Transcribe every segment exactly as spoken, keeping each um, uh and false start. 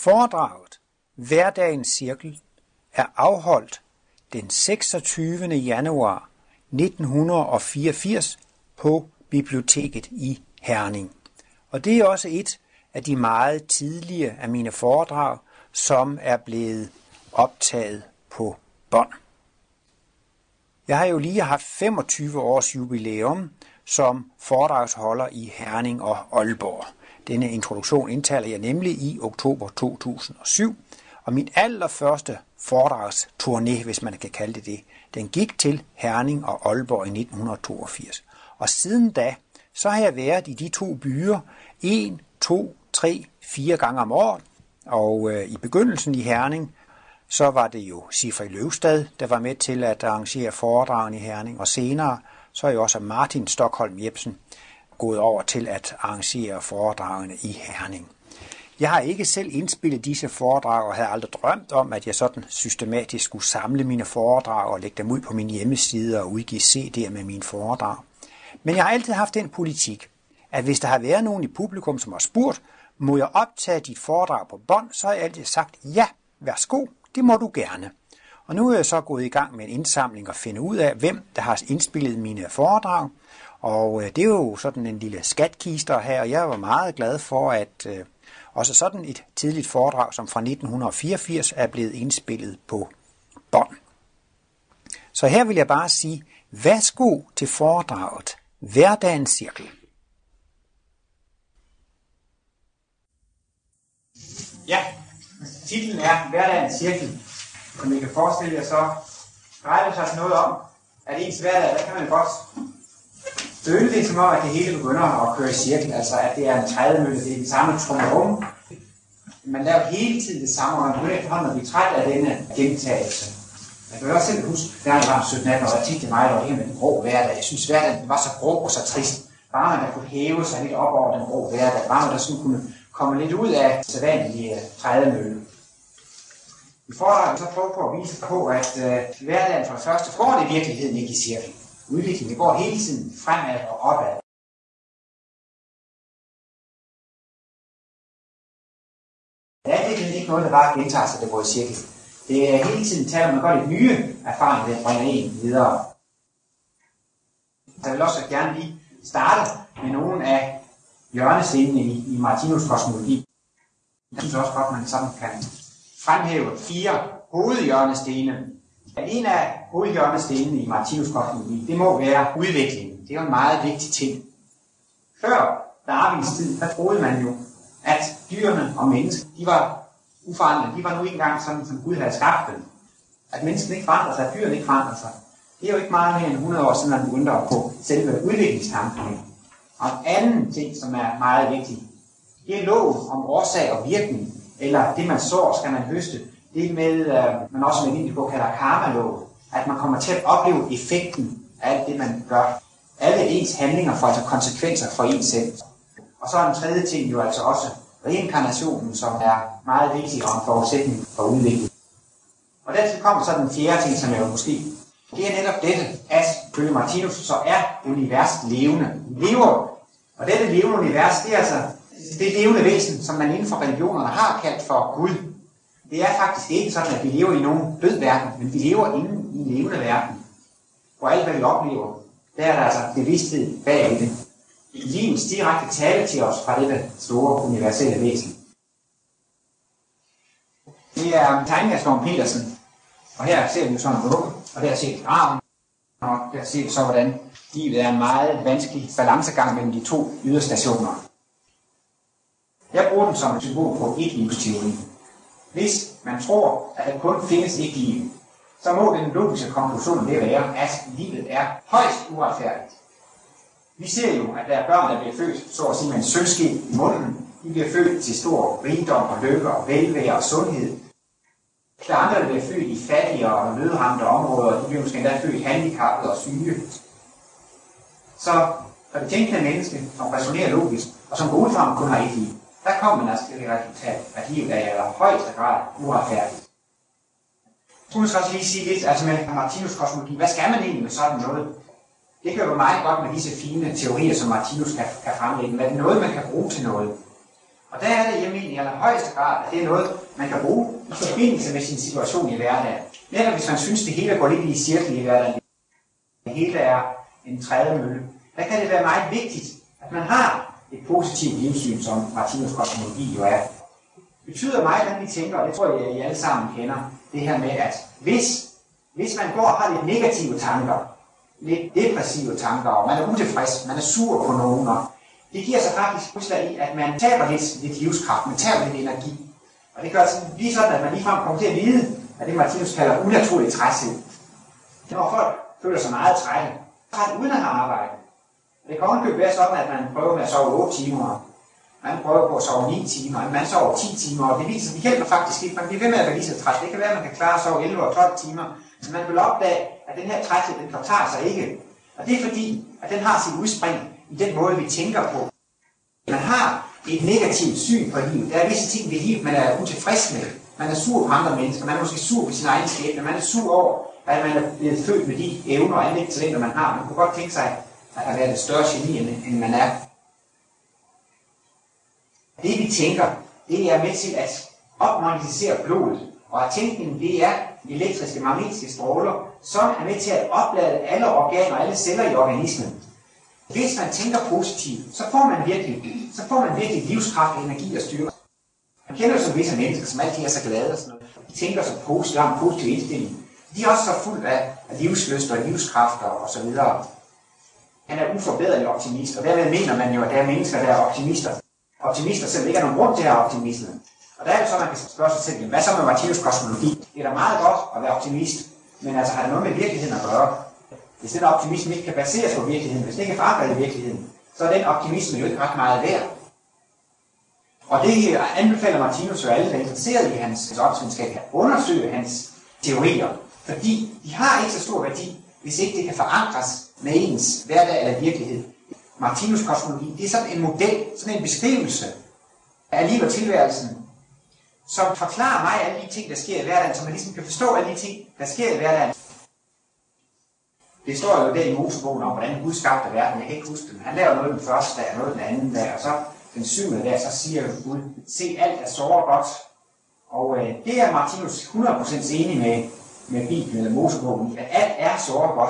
Foredraget Hverdagens Cirkel er afholdt den seksogtyvende januar nitten fireogfirs på biblioteket i Herning. Og det er også et af de meget tidlige af mine foredrag, som er blevet optaget på bånd. Jeg har jo lige haft femogtyve års jubilæum som foredragsholder i Herning og Aalborg. Denne introduktion indtaler jeg nemlig i oktober to tusind og syv, og min allerførste foredragsturné, hvis man kan kalde det det, den gik til Herning og Aalborg i nitten toogfirs. Og siden da, så har jeg været i de to byer en, to, tre, fire gange om året, og øh, i begyndelsen i Herning, så var det jo Sigfrid Løvstad, der var med til at arrangere foredragen i Herning, og senere så er jo også Martin Stockholm Jebsen gået over til at arrangere foredragene i Herning. Jeg har ikke selv indspillet disse foredrag og havde aldrig drømt om, at jeg sådan systematisk skulle samle mine foredrag og lægge dem ud på min hjemmeside og udgive C D'er med mine foredrag. Men jeg har altid haft den politik, at hvis der har været nogen i publikum, som har spurgt, må jeg optage dit foredrag på bånd, så har jeg altid sagt, ja, værsgo, det må du gerne. Og nu er jeg så gået i gang med en indsamling og finde ud af, hvem der har indspillet mine foredrag. Og det er jo sådan en lille skatkister her, og jeg var meget glad for, at øh, også sådan et tidligt foredrag, som fra nitten fireogfirs, er blevet indspillet på bånd. Så her vil jeg bare sige, værsgo til foredraget Hverdagens Cirkel. Ja, titlen er Hverdagens Cirkel. Som I kan forestille jer, så drejer det sig noget om, at ens hverdag, der kan man godt føle det som om, at det hele begynder at køre i cirkel. Altså at det er en trædemølle, det er det samme trummerum. Man laver hele tiden det samme, og man begynder efterhånden at blive træt af denne gentagelse. Jeg kan også selv huske, da jeg var sytten atten år, og jeg tænkte mig, at det her med den grå hverdag. Jeg synes, hverdagen var så grå og så trist. Bare man der kunne hæve sig lidt op over den grå hverdag. Bare man der sådan kunne komme lidt ud af sædvanlige trædemølle. I foredraget så prøver på at vise på, at øh, hverdagen for det første går det i virkeligheden ikke i cirkel. Udviklingen går hele tiden fremad og opad. Det er virkelig ikke noget, der bare gentager sig, der går i cirkel. Det er hele tiden tale om, at man gør lidt nye erfaringer, der bringer en videre. Jeg vil også gerne lige starte med nogle af hjørnestenene i, i Martinus kosmologi. Jeg synes også godt, man sammen kan fremhæve fire hovedhjørnestene. En af hovedhjørnestenene i Martinus kosmologi, det må være udviklingen. Det er jo en meget vigtig ting. Før Darwins tid, der troede man jo, at dyrene og mennesker, de var uforandrede. De var nu ikke engang sådan, som Gud havde skabt dem. At menneskene ikke forandrer sig, at dyrene ikke forandrer sig. Det er jo ikke meget mere end hundrede år siden, at man begyndte på selve udviklingstanken. Og en anden ting, som er meget vigtig, det er loven om årsag og virkning, eller det man sår, skal man høste. Det med, øh, man også med en på kalder karma-lov, at man kommer til at opleve effekten af alt det, man gør. Alle ens handlinger får altså konsekvenser for en selv. Og så er den tredje ting jo altså også reinkarnationen, som er meget vigtig og en forudsætning for udvikling. Og dertil kommer så den fjerde ting, som jeg jo måske, det er netop dette, at ifølge Martinus, så er universet levende. Lever. Og dette levende univers, det er altså det levende væsen, som man inden for religionerne har kaldt for Gud. Det er faktisk ikke sådan, at vi lever i nogen død verden, men vi lever inde i en levende verden. Hvor alt, hvad vi oplever, der er der altså bevidsthed bag i det. Livets direkte tale til os fra dette store universelle væsen. Det er en tegning af Storm Petersen, og her ser vi jo sådan en vugge, og der ser vi graven, og der ser vi så, hvordan livet er en meget vanskelig balancegang mellem de to yderstationer. Jeg bruger den som et symbol på et-livsteori. Hvis man tror, at der kun findes et liv, så må den logiske konklusion det være, at livet er højst uretfærdigt. Vi ser jo, at der er børn, der bliver født, så at sige, med en sølvske i munden. De bliver født til stor rigdom og lykke og velvære og sundhed. Der er andre, der bliver født i fattige og nødramte områder, de bliver måske endda født handicappede og syge. Så for det tænkende menneske, som resonerer logisk, og som går ud fra, kun har et liv, der kommer man altså til det resultat, at livet er i allerhøjeste grad uretfærdigt. Så må jeg også lige sige lidt, altså med Martinus kosmologi, hvad skal man egentlig med sådan noget? Det kan jo være meget godt med disse fine teorier, som Martinus kan, kan fremlægge, men er det noget, man kan bruge til noget? Og Og der er det hjemme i allerhøjeste grad, at det er noget, man kan bruge i forbindelse med sin situation i hverdagen. Netop hvis man synes, det hele går lidt i cirkel i hverdagen, det hele er en trædemølle, der kan det være meget vigtigt, at man har et positivt livssyn, som Martinus kosmologi jo er. Det betyder meget, hvordan vi tænker, og det tror jeg, I alle sammen kender, det her med, at hvis, hvis man går og har lidt negative tanker, lidt depressive tanker, og man er utilfreds, man er sur på nogen, og det giver sig faktisk udslag i, at man taber lidt, lidt livskraft, man taber lidt energi. Og det gør sådan, lige sådan, at man ligefrem kommer til at lide af det, Martinus kalder unaturlig træthed. Når folk føler sig meget trætte, træt uden at have arbejde. Og det kan ovenikøbet være sådan, at man prøver med at sove otte timer, man prøver på at sove ni timer, man sover ti timer, og det viser, det hjælper faktisk ikke. Man bliver ved med at være lige så træt. Det kan være, at man kan klare at sove elleve og tolv timer, men man vil opdage, at den her træthed, den fortager sig ikke. Og det er fordi, at den har sit udspring i den måde, vi tænker på. Man har et negativt syn på livet. Der er visse ting ved livet, man er utilfreds med. Man er sur på andre mennesker, man er måske sur på sin egen skæbne, man er sur over, at man er blevet født med de evner og anlæg talenter, man har. Man kunne godt tænke sig, at have været et større geni, end man er. Det vi tænker, det er med til at opmagnetisere blodet. Og at tænkningen, det er elektriske magnetiske stråler, som er med til at oplade alle organer og alle celler i organismen. Hvis man tænker positivt, så får man virkelig, så får man virkelig livskraft, energi og styrke. Man kender jo som visse mennesker, som altid er så glade og sådan noget. De tænker så positivt, har en positiv indstilling. De er også så fuldt af, af livslyst og livskræfter og så videre. Han er uforbederlig optimist, og dermed mener man jo, at der er mennesker, der er optimister. Optimister selv ikke er nogen grund til at have optimisme. Og der er jo så, man kan spørge sig selv, hvad så med Martinus kosmologi? Det er da meget godt at være optimist, men altså har det noget med virkeligheden at gøre? Hvis den optimisme ikke kan baseres på virkeligheden, hvis det ikke er forankret i virkeligheden, så er den optimisme jo ikke ret meget værd. Og det anbefaler Martinus jo alle, der er interesseret i hans optimisme, at undersøge hans teorier, fordi de har ikke så stor værdi, hvis ikke det kan forankres med ens hverdag eller virkelighed. Martinus kosmologi, det er sådan en model, sådan en beskrivelse af liv og tilværelsen, som forklarer mig alle de ting, der sker i hverdagen, så man ligesom kan forstå alle de ting, der sker i hverdagen. Det står jo der i Mosebogen om, hvordan Gud skabte verden. Jeg kan ikke huske det, men han laver noget den første dag, og noget den anden dag, og så den syvende dag, så siger Gud, se, alt er såre godt. Og øh, det er Martinus hundrede procent enig med, med Bibelen eller Mosebogen, at alt er såre godt.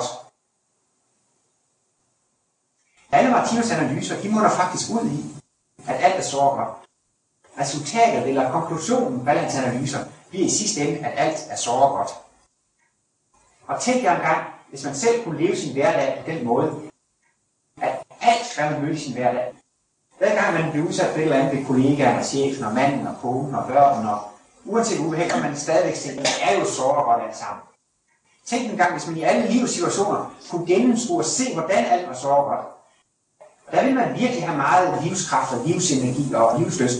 Alle Martinus' analyser, de må der faktisk ud i, at alt er såre godt. Resultatet eller konklusionen på alle hans analyser bliver i sidste ende, at alt er såre godt. Og tænk jer engang, hvis man selv kunne leve sin hverdag på den måde, at alt, hvad man mødte i sin hverdag, hver gang man bliver udsat for et eller andet ved kollegaerne, chefen og manden og konen og børnene, og uanset ubehag, kan man stadigvæk se, at det er jo såre godt alt sammen. Tænk en gang, hvis man i alle livets situationer kunne gennemskue og se, hvordan alt var såre godt. Der vil man virkelig have meget livskraft og livsenergi og livslyst.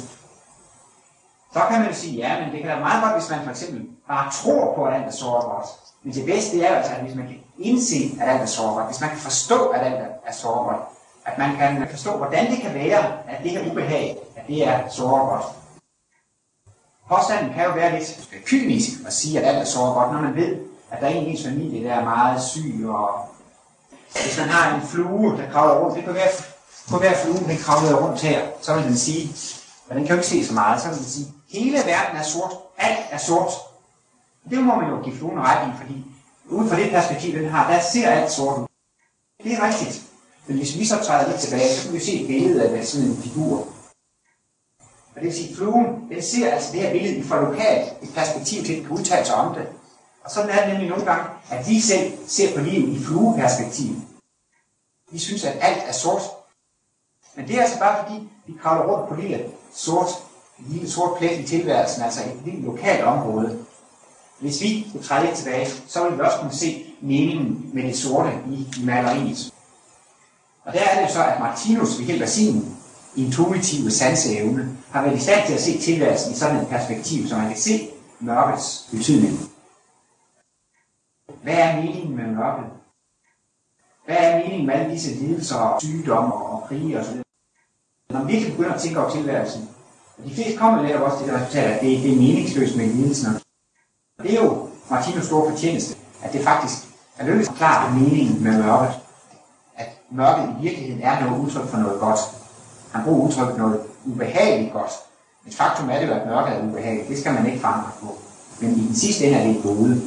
Så kan man jo sige, ja, men det kan være meget godt, hvis man for eksempel bare tror på, at alt er såre godt. Men det bedste er jo altså, at hvis man kan indse, at alt er såre godt, hvis man kan forstå, at alt er såre godt, at man kan forstå, hvordan det kan være, at det her ubehag, at det er såre godt. Påstanden kan jo være lidt kynisk at sige, at alt er såre godt, når man ved, at der er en i ens familie, der er meget syg, og hvis man har en flue, der kravler rundt, det kan være, kunne være fluen, den kravler rundt her, så vil den sige, men den kan jo ikke se så meget, så vil den sige, hele verden er sort, alt er sort. Det må man jo give fluen ret i, fordi uden for det perspektiv, den har, der ser alt sort ud. Det er rigtigt. Men hvis vi så træder lidt tilbage, så kan vi se et billede af sådan en figur. Og det vil sige, at fluen, den ser altså det her billede fra lokalt et perspektiv til, at den kan udtale sig om det. Og sådan er det nemlig nogle gange, at vi selv ser på livet i flueperspektiv. Vi synes, at alt er sort. Men det er altså bare fordi, vi kravler rundt på lille sort, en lille sort plet i tilværelsen, altså et lille lokalt område. Hvis vi kunne træde lidt tilbage, så ville vi også kunne se meningen med det sorte i, i maleriet. Og der er det så, at Martinus ved hjælp af sin intuitive sanseevne har været i stand til at se tilværelsen i sådan et perspektiv, så man kan se mørkets betydning. Hvad er meningen med mørket? Hvad er meningen med alle disse lidelser og sygdomme og krige og sådan noget? Når man virkelig begynder at tænke over tilværelsen, og de fleste kommer lidt også til det resultat, at det, det er meningsløst med lidelsen. Det er jo Martinus' store fortjeneste, at det faktisk er lykkedes at forklare meningen med mørket. At mørket i virkeligheden er noget udtryk for noget godt. Han bruger udtrykket noget ubehageligt godt. Et faktum er det jo, at mørket er ubehageligt. Det skal man ikke fange på. Men i den sidste ende er det et gode.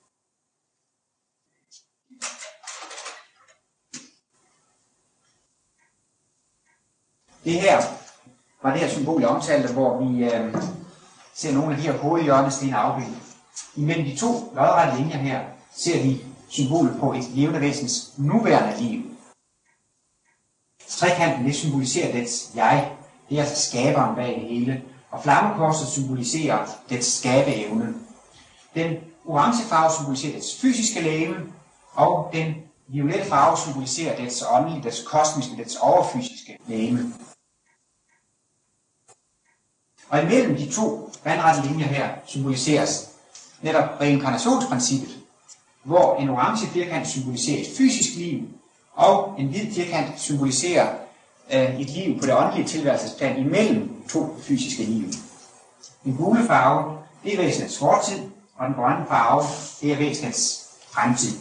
Det her var det her symbol, jeg omtalte, hvor vi øh, ser nogle af de her hovedhjørnesten afbildet. Imellem de to lodrette linjer her ser vi symbolet på et levende væsens nuværende liv. Trekanten, det symboliserer dets jeg. Det er altså skaberen bag det hele. Og flammekorset symboliserer dets skabeevne. Den orange farve symboliserer dets fysiske legeme, og den violette farve symboliserer dets åndelige, dets kosmiske, dets overfysiske legeme. Og imellem de to vandrette linjer her symboliseres netop reinkarnationsprincippet, hvor en orange firkant symboliserer et fysisk liv, og en hvid firkant symboliserer øh, et liv på det åndelige tilværelsesplan imellem to fysiske liv. Den gule farve, det er væsenets fortid, og den grønne farve, det er væsenets fremtid.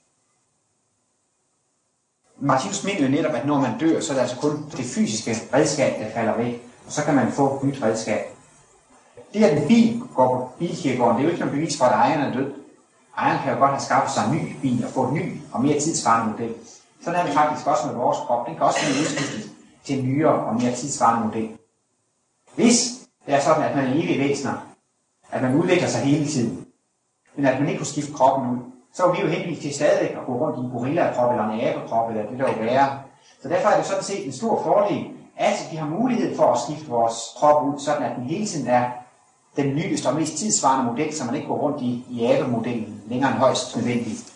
Martinus mener netop, at når man dør, så er det altså kun det fysiske redskab, der falder væk, og så kan man få et nyt redskab. Det, at en bil går på bilkirkegården, det er jo ikke noget bevis for, at ejeren er død. Ejeren kan jo godt have skaffet sig en ny bil og få en ny og mere tidsvarende model. Sådan er det faktisk også med vores krop. Den kan også blive udskiftet til en nyere og mere tidsvarende model. Hvis det er sådan, at man er evige væsener, at man udvikler sig hele tiden, men at man ikke kunne skifte kroppen ud, så er vi jo henvist til stadigvæk at gå rundt i en gorilla-krop eller en abekrop eller det der jo være. Så derfor er det sådan set en stor fordel, at vi har mulighed for at skifte vores krop ud, sådan at den hele tiden er den nyeste og mest tidsvarende model, så man ikke går rundt i, i abemodellen længere end højst nødvendigt.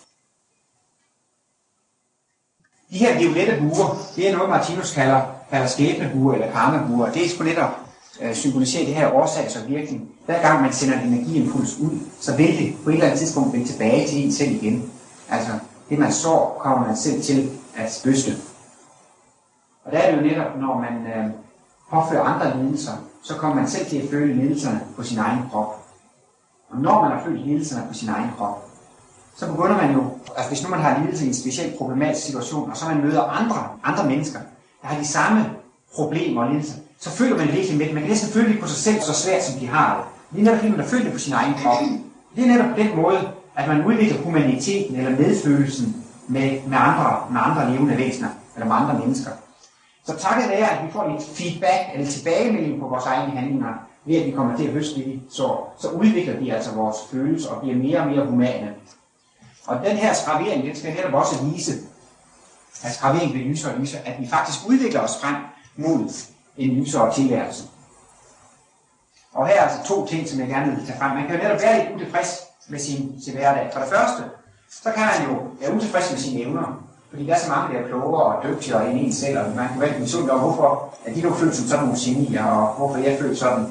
De her violette buer, det er noget, Martinus kalder, kalder skæbnebuer eller karmabuer. Det er sgu netop øh, symbolisere det her årsags og virkning. Hver gang man sender en energiimpuls ud, så vil det på et eller andet tidspunkt vende tilbage til en selv igen. Altså, det man sår, kommer man selv til at bøste. Og der er det jo netop, når man øh, påfører andre lidelser, så kommer man selv til at føle lidelserne på sin egen krop. Og når man har følt lidelserne på sin egen krop, så begynder man jo, altså hvis nu man har lidelse i en specielt problematisk situation, og så man møder andre, andre mennesker, der har de samme problemer og lidelser, så føler man virkelig med det. Man kan næsten føle det på sig selv så svært, som de har det. Det er netop fordi, man har følt det på sin egen krop. Det er netop på den måde, at man udvikler humaniteten eller medfølelsen med, med, andre, med andre levende væsener, eller med andre mennesker. Så takket være, at vi får lidt feedback eller tilbagemelding på vores egne handlinger, ved at vi kommer til at høste det, så, så udvikler vi altså vores følelser og bliver mere og mere humane. Og den her skravering, den skal netop også vise, at skravering bliver lysere og lysere, at vi faktisk udvikler os frem mod en lysere tilværelse. Og her er altså to ting, som jeg gerne vil tage frem. Man kan jo netop være lidt utilfreds med sin, sin hverdag. For det første, så kan man jo være utilfreds med sine evner. Fordi der er så mange, der er klogere og dygtigere end en selv, og man kan være misundelig om, hvorfor at de nu føler som sådan nogle genier, og hvorfor jeg føler sådan.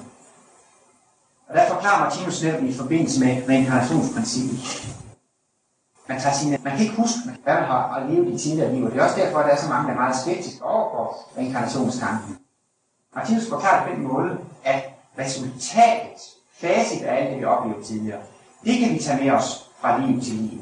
Og der forklarer Martinus netop i forbindelse med reinkarnationsprincippet. Man, tager sine, man kan ikke huske, hvad man har levet i tidligere liv, og det er også derfor, at der er så mange, der er meget skeptiske over for reinkarnationstanken. Martinus forklarer på den måde, at resultatet, facit af alt det, vi oplevede tidligere, det kan vi tage med os fra liv til liv.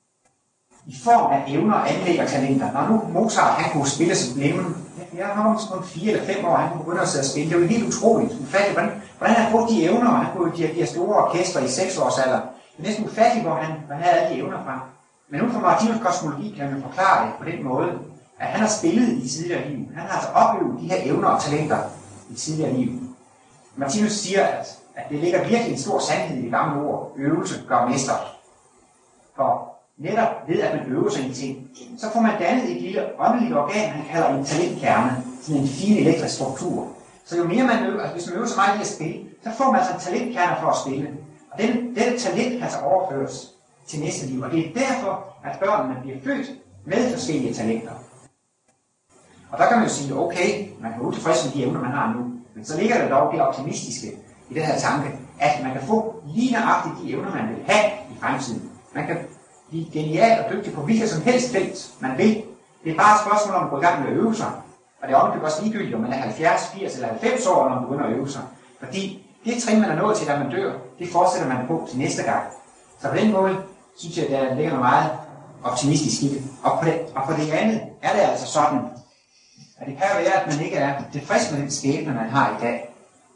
I form af evner, anlæg og talenter. Når nu Mozart han kunne spille som levende, jeg har måske kun fire eller fem år, han kunne begynde at sidde og spille. Det var helt utroligt. Ufattigt. Hvordan, hvordan han brugte de evner, og han kunne de, de her store orkestre i seks års alder. Det er næsten ufattigt, hvor han, han havde alle de evner fra. Men ud fra Martinus kosmologi kan man forklare det på den måde, at han har spillet i tidligere liv. Han har altså oplevet de her evner og talenter i tidligere liv. Martinus siger, at, at det ligger virkelig en stor sandhed i det gamle ord. Øvelse gør mester. For netop ved, at man øver sig i en ting, så får man dannet et lille åndeligt organ, han kalder en talentkerne, sådan en fin elektrisk struktur. Så jo mere man øver, altså hvis man øver så meget i at spille, så får man altså en talentkerne for at spille. Og den, dette talent kan så overføres til næste liv, og det er derfor, at børnene bliver født med forskellige talenter. Og der kan man jo sige, okay, man kan være utilfreds med de evner, man har nu, men så ligger der dog det optimistiske i den her tanke, at man kan få lige nøjagtigt de evner, man vil have i fremtiden. Man kan blive genial og dygtig på hvilket som helst felt, man vil. Det er bare et spørgsmål om at gå i gang med at øve sig. Og det er også også ligegyldigt, om man er halvfjerds, firs eller halvfems år, når man begynder at øve sig. Fordi det trin, man er nået til, da man dør, det fortsætter man på til næste gang. Så på den måde, synes jeg, at der ligger noget meget optimistisk i det. Og på det, og på det andet er det altså sådan, at det kan være, at man ikke er tilfreds med den skæbne, man har i dag.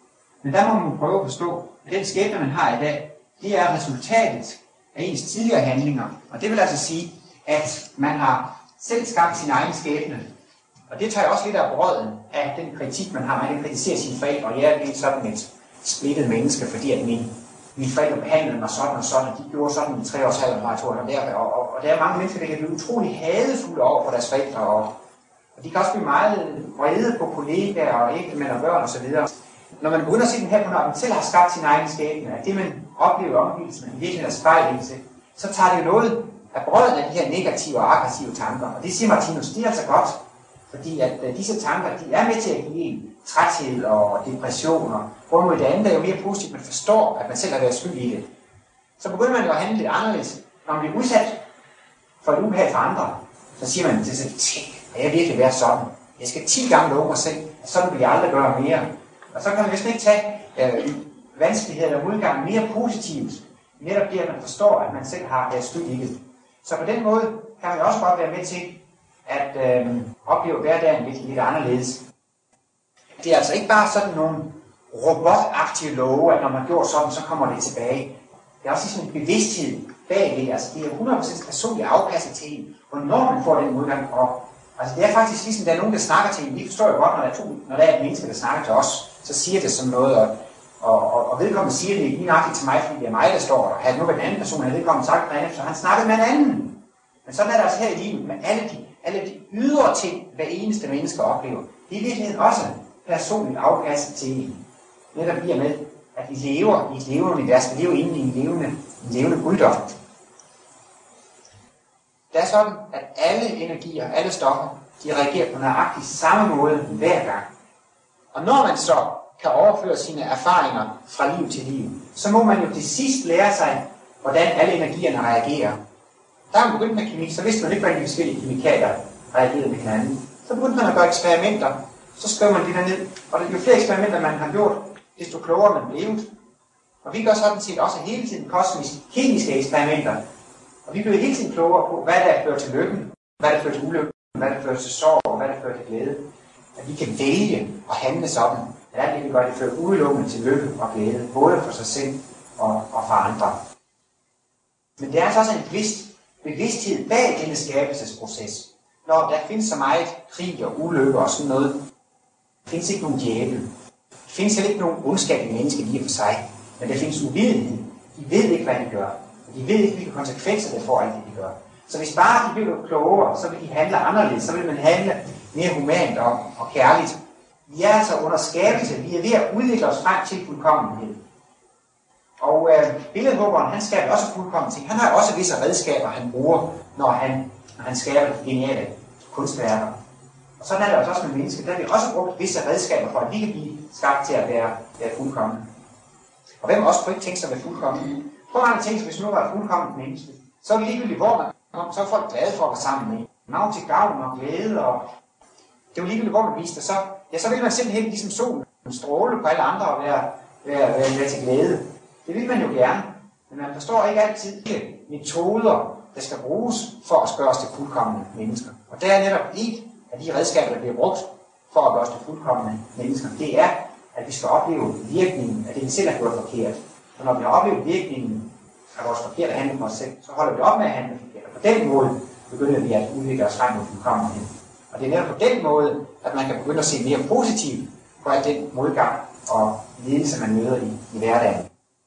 Men der må man prøve at forstå, at den skæbne, man har i dag, det er resultatet af ens tidligere handlinger. Og det vil altså sige, at man har selv skabt sin egen skæbne. Og det tager også lidt af brøden af den kritik, man har. Man kan kritisere sine forældre, og jeg er sådan et splittet menneske, fordi at min, mine forældre behandlede mig sådan og sådan, og de gjorde sådan i tre års alder, når jeg tog og, der, og, og, og der er mange mennesker, der kan blive utrolig hadefulde over for deres forældre, og, og de kan også blive meget vrede på kollegaer og ægtemænd og børn osv. Når man begynder at se den her på, når man selv har skabt sin egen skæbne, at det man oplever omgivelsen, man virkelig er spejlet til, så tager det jo noget af brøden af de her negative og aggressive tanker. Og det siger Martinus, det er altså godt, fordi at uh, disse tanker, de er med til at give en træthed og depressioner. Hvorimod det andet er jo mere positivt, at man forstår, at man selv har været skyld i det. Så begynder man jo at handle lidt anderledes. Når man bliver udsat for et uheld for andre, så siger man til sig, tænk, at jeg virkelig være sådan. Jeg skal ti gange love mig selv, at sådan vil jeg aldrig gøre mere. Og så kan man vist ikke tage øh, vanskeligheder eller udgang mere positivt, netop det, at man forstår, at man selv har været skyld i det. Så på den måde kan man også godt være med til at øh, opleve hverdagen lidt, lidt anderledes. Det er altså ikke bare sådan nogle robotagtige love, at når man gjorde sådan, så kommer det tilbage. Det er også sådan en bevidsthed bagved. Altså det er hundrede procent personligt afpasset til en, hvornår man får den udgang. Og altså det er faktisk ligesom, der er nogen, der snakker til en. Vi forstår jo godt, når der er, to, når der er et menneske, der snakker til os, så siger det sådan noget, og, og, og, og vedkommende siger det lige nøjagtigt til mig, fordi det er mig, der står der. Havde nu været en anden person, havde vedkommende sagt det andet, så han snakkede med en anden. Men sådan er det altså her i livet, med alle de, alle de ydre ting, hver eneste menneske oplever. Det er i virkeligheden også personligt afpasset til en. Netop bliver med, at vi lever i et levende univers, vi lever inde i en levende, en levende guddom. Det er sådan, at alle energier, alle stoffer, de reagerer på nøjagtigt samme måde hver gang. Og når man så kan overføre sine erfaringer fra liv til liv, så må man jo til sidst lære sig, hvordan alle energierne reagerer. Der er man begyndt med kemi, så vidste man ikke, hvordan de forskellige kemikalier reagerede med hinanden. Så begyndte man at gøre eksperimenter, så skrev man det der ned. Og jo flere eksperimenter man har gjort, desto klogere man blev. Og vi gør sådan set også hele tiden kosmiske, kemiske eksperimenter. Og vi bliver hele tiden klogere på, hvad der fører til lykken, hvad der fører til ulykken, hvad der fører til sorg, og hvad der fører til glæde. At vi kan vælge at handle sådan, at alt det, vi gør, det fører udelukkende til lykke og glæde, både for sig selv og, og for andre. Men det er altså også en bevidst, bevidsthed bag denne skabelsesproces. Når der findes så meget krig og ulykke og sådan noget, der findes ikke nogen djævel. Der findes heller ikke nogen ondskab i mennesket lige for sig, men der findes uvidenhed. De ved ikke, hvad de gør. De ved ikke, hvilke konsekvenser det får, alt det, de gør. Så hvis bare de bliver klogere, så vil de handle anderledes. Så vil man handle mere humant og, og kærligt. Vi er altså under skabelse. Vi er ved at udvikle os frem til fuldkommenhed. Og øh, billedhuggeren, han skaber også fuldkommen ting. Han har også visse redskaber, han bruger, når han, når han skaber geniale kunstværker. Og sådan er det også med mennesker. Der har vi også brugt visse redskaber for, at vi kan blive skabt til at være, være fuldkommen. Og hvem også kunne ikke tænke sig at være fuldkommen? Hvor mange ting, hvis nu var et fuldkomment menneske, så er det ligegyldigt, hvor man kom, så er folk glade for at være sammen med. Navn til gavn og glæde, og det var ligegyldigt, hvor man viste det. Så, ja, så vil man simpelthen ligesom solen stråle på alle andre og være, være, være, være til glæde. Det vil man jo gerne, men man forstår ikke altid metoder, der skal bruges for at gøre os til fuldkommende mennesker. Og det er netop et af de redskaber, der bliver brugt for at gøre os til fuldkommende mennesker. Det er, at vi skal opleve virkningen af det, vi selv har gjort forkert. Og når vi har oplevet virkningen af vores forkerte handling på os selv, så holder vi op med at handle forkert. Og på den måde begynder vi at udvikle os frem mod fuldkommenhed. Og det er netop på den måde, at man kan begynde at se mere positivt på al den modgang og lidelse, man møder i, i hverdagen.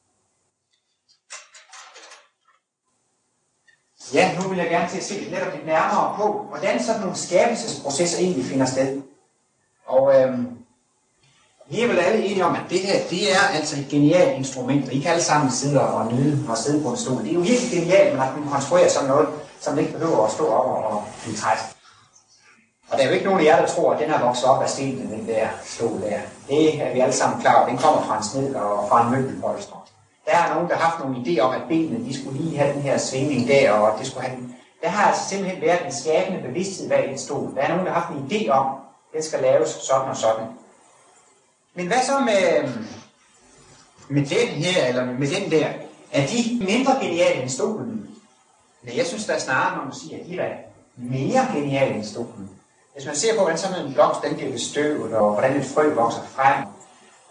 Ja, nu vil jeg gerne til at se lidt netop lidt nærmere på, hvordan sådan nogle skabelsesprocesser egentlig finder sted. Og øhm, vi er vel alle enige om, at det her, det er altså et genialt instrument, og I kan alle sammen sidde og nyde og sidde på en stol. Det er jo virkelig genialt, at man kan konstruere sådan noget, som ikke behøver at stå over og blive træt. Og der er jo ikke nogen af jer, der tror, at den har vokset op af stenen, den der stol der. Det er vi alle sammen klar over. Den kommer fra en snedker og fra en møbelpolster. Der er nogen, der har haft nogle idéer om, at benene de skulle lige have den her svingning der, og det skulle have den. Der har altså simpelthen været en skabende bevidsthed bag den stol. Der er nogen, der har haft en idé om, at den skal laves sådan og sådan. Men hvad så med, med den her, eller med den der? Er de mindre geniale end stolen? Nej, jeg synes, der er snarere, man må sige, at de er mere geniale end stolen. Hvis man ser på, hvordan sådan en blomst den bliver bestøvet, og hvordan et frø vokser frem,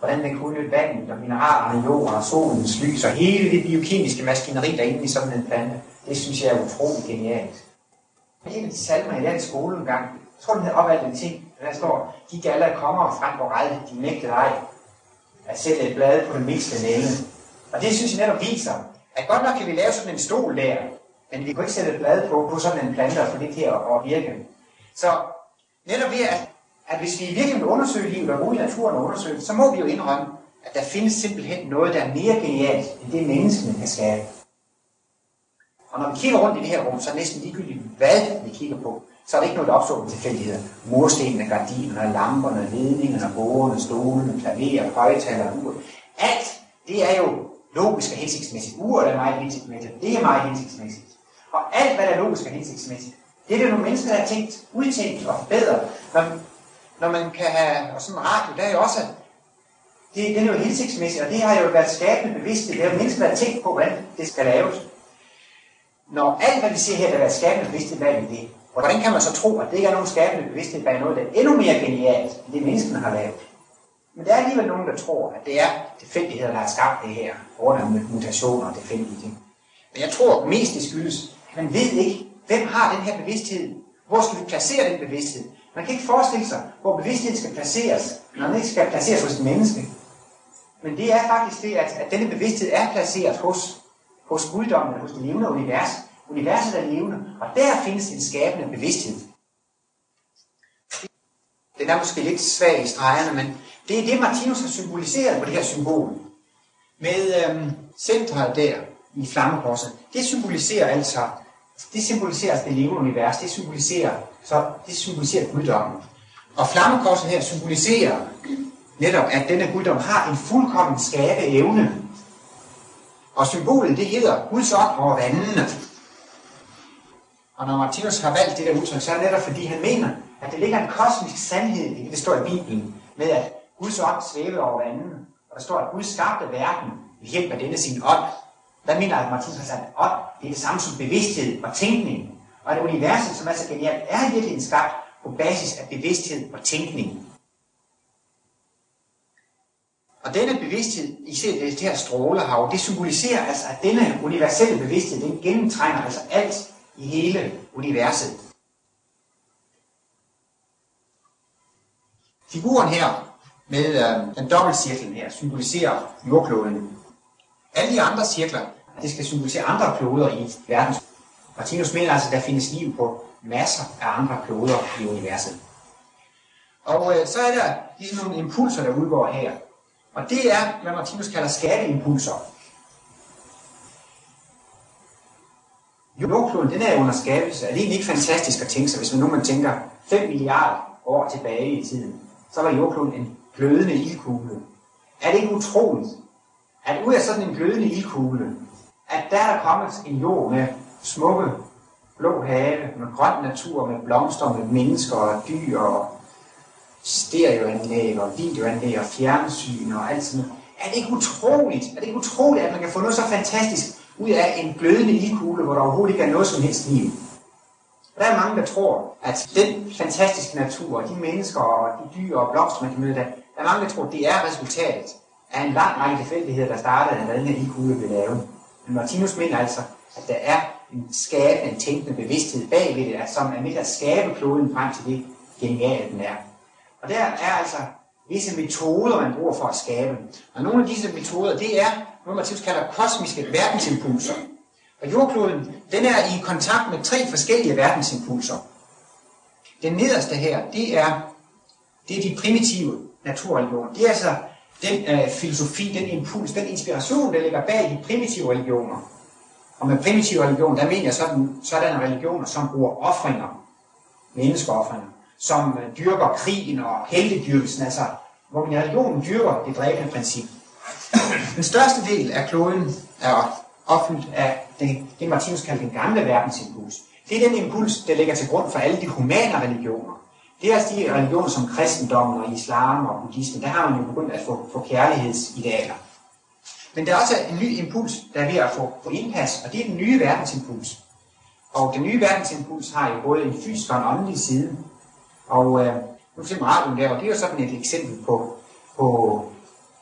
hvordan man kan udnytte vandet og mineralerne, jorden og solens lys og hele det biokemiske maskineri, der er inde i sådan en plante. Det synes jeg er utroligt genialt. En af de salmer, jeg lærte i skole en gang, jeg tror, den hedder Opad den ting, der står, de galler kommer frem på rej, de nægtede ej, at sætte et blad på den mindste nælle. Og det synes jeg netop viser, at godt nok kan vi lave sådan en stol der, men vi kan ikke sætte et blad på, på sådan en plante og få det til at virke. Så netop ved, at, at hvis vi virkelig vil undersøge livet og gå ud i naturen og undersøge, så må vi jo indrømme, at der findes simpelthen noget, der er mere genialt, end det menneskene kan skabe. Og når vi kigger rundt i det her rum, så er det næsten ligegyldigt, hvad vi kigger på, så er det ikke noget, der opstår med tilfældigheder. Murstenene, gardinerne, lamperne, ledningerne, bordene, stolene, klaverer, højtaler, ur. Alt det er jo logisk og hensigtsmæssigt. Uret er meget hensigtsmæssigt. Det er meget hensigtsmæssigt. Og alt, hvad der er logisk og hensigtsmæssigt, det er det nogle mennesker, der har tænkt, udtænkt og forbedret. Når, når man kan have, og sådan en radio, der er jo også, det, det er jo hensigtsmæssigt, og det har jo været skabende bevidsthed. Det er jo mennesker, der har tænkt på, hvordan det skal laves. Når alt, hvad vi ser her, der har været skabende bevidsthed, hvad er det? Hvordan kan man så tro, at det ikke er nogen skabende bevidsthed bag noget, der er endnu mere genialt, end det menneskene har lavet? Men der er alligevel nogen, der tror, at det er tilfældigheder, der har skabt det her, grund af mutationer og tilfældige ting. Men jeg tror mest det skyldes, at man ved ikke, hvem har den her bevidsthed. Hvor skal vi placere den bevidsthed? Man kan ikke forestille sig, hvor bevidstheden skal placeres, når den ikke skal placeres hos et menneske. Men det er faktisk det, at, at denne bevidsthed er placeret hos, hos guddommen, hos det levende univers. Universet er levende, og der findes en skabende bevidsthed. Den er måske lidt svag i stregerne, men det er det, Martinus har symboliseret på det her symbol. Med øhm, centret der i flammekorset. Det symboliserer altså, det symboliserer det levende univers, det symboliserer, så det symboliserer guddommen. Og flammekorset her symboliserer netop, at denne guddom har en fuldkommen skabeevne. Og symbolet, det hedder Guds ånd over vandene. Og når Martinus har valgt det der udtryk, så er det netop fordi han mener, at det ligger en kosmisk sandhed i det, der står i Bibelen, med at Guds ånd svævede over vandene. Og der står, at Gud skabte verden ved hjælp af denne sin ånd. Der mener at Martinus har sagt, at ånd det er det samme som bevidsthed og tænkning. Og at universet, som er så genialt, er virkelig skabt på basis af bevidsthed og tænkning. Og denne bevidsthed, især det her strålehav, det symboliserer altså, at denne universelle bevidsthed, den gennemtrænger altså alt i hele universet. Figuren her med øh, den dobbeltcirklen her symboliserer jordkloden. Alle de andre cirkler, det skal symbolisere andre kloder i verden. Martinus mener altså, at der findes liv på masser af andre kloder i universet. Og øh, så er der ligesom nogle impulser, der udgår her. Og det er, hvad Martinus kalder skabeimpulser. Jordkloden, den er under skabelse. Er det egentlig ikke fantastisk at tænke sig, hvis man nu man tænker fem milliarder år tilbage i tiden, så var jordkloden en glødende ildkugle. Er det ikke utroligt, at ud af sådan en glødende ildkugle, at der er kommet en jord med smukke, blå have, med grøn natur, med blomster, med mennesker og dyr, og stereoanlæg og videoanlæg og fjernsyn og alt sådan noget. Er det ikke utroligt, er det ikke utroligt, at man kan få noget så fantastisk ud af en glødende ildkugle, hvor der overhovedet ikke er noget som helst liv? Der er mange, der tror, at den fantastiske natur, og de mennesker og de dyr og blomster, man kan møde der, der er mange, der tror, at det er resultatet af en lang række tilfældigheder, der startede, at den her ildkugle blev lavet. Men Martinus mener altså, at der er en skabende, en tænkende bevidsthed bagved det, som er med at skabe kloden frem til det geniale, den er. Og der er altså visse metoder, man bruger for at skabe. Og nogle af disse metoder, det er, hvad Martinus kalder kosmiske verdensimpulser. Og jordkloden, den er i kontakt med tre forskellige verdensimpulser. Den nederste her, det er, det er de primitive naturreligioner. Det er altså den øh, filosofi, den impuls, den inspiration, der ligger bag de primitive religioner. Og med primitive religioner, der mener jeg sådan, sådanne religioner, som bruger ofringer, menneskeoffringer, som øh, dyrker krigen og heltedyrkelsen, altså hvor min religion dyrker det dræbende princip. Den største del af kloden er opfyldt af det, det Martinus kalder den gamle verdensimpuls. Det er den impuls, der ligger til grund for alle de humane religioner. Det er altså de religioner som kristendommen og islam og buddhismen, der har man jo begyndt at få, få kærlighedsidealer. Men der er også en ny impuls, der er ved at få, få indpas, og det er den nye verdensimpuls. Og den nye verdensimpuls har jo både en fysisk og en åndelig side. Og øh, nu ser radioen der, og det er jo sådan et eksempel på, på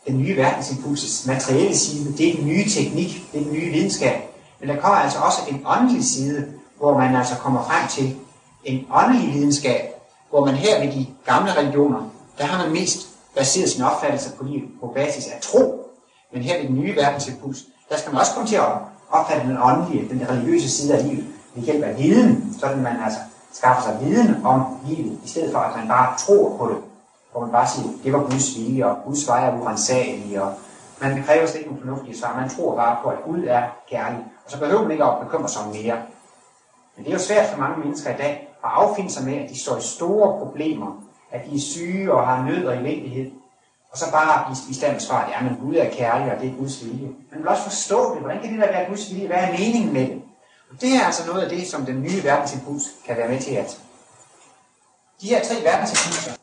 den nye verdensimpulses materielle side, det er den nye teknik, det er den nye videnskab. Men der kommer altså også en åndelig side, hvor man altså kommer frem til en åndelig videnskab, hvor man her ved de gamle religioner, der har man mest baseret sin opfattelse på livet på basis af tro. Men her ved den nye verdensimpuls, der skal man også komme til at opfatte den åndelige, den religiøse side af livet ved hjælp af viden, sådan man altså skaffer sig viden om livet, i stedet for at man bare tror på det. Hvor man bare siger, det var Guds vilje, og Guds vej er uransagelige, og man kræver slet ikke nogle fornuftige svar. Man tror bare på, at Gud er kærlig, og så behøver man ikke at bekymre sig om mere. Men det er jo svært for mange mennesker i dag at affinde sig med, at de står i store problemer, at de er syge og har nød og elendighed, og så bare i stedet svaret, ja, men Gud er kærlig, og det er Guds vilje. Man vil også forstå det. Hvordan kan det der være Guds vilje? Hvad er meningen med det? Og det er altså noget af det, som den nye verdensimpuls kan være med til at. De her tre verdensimpulser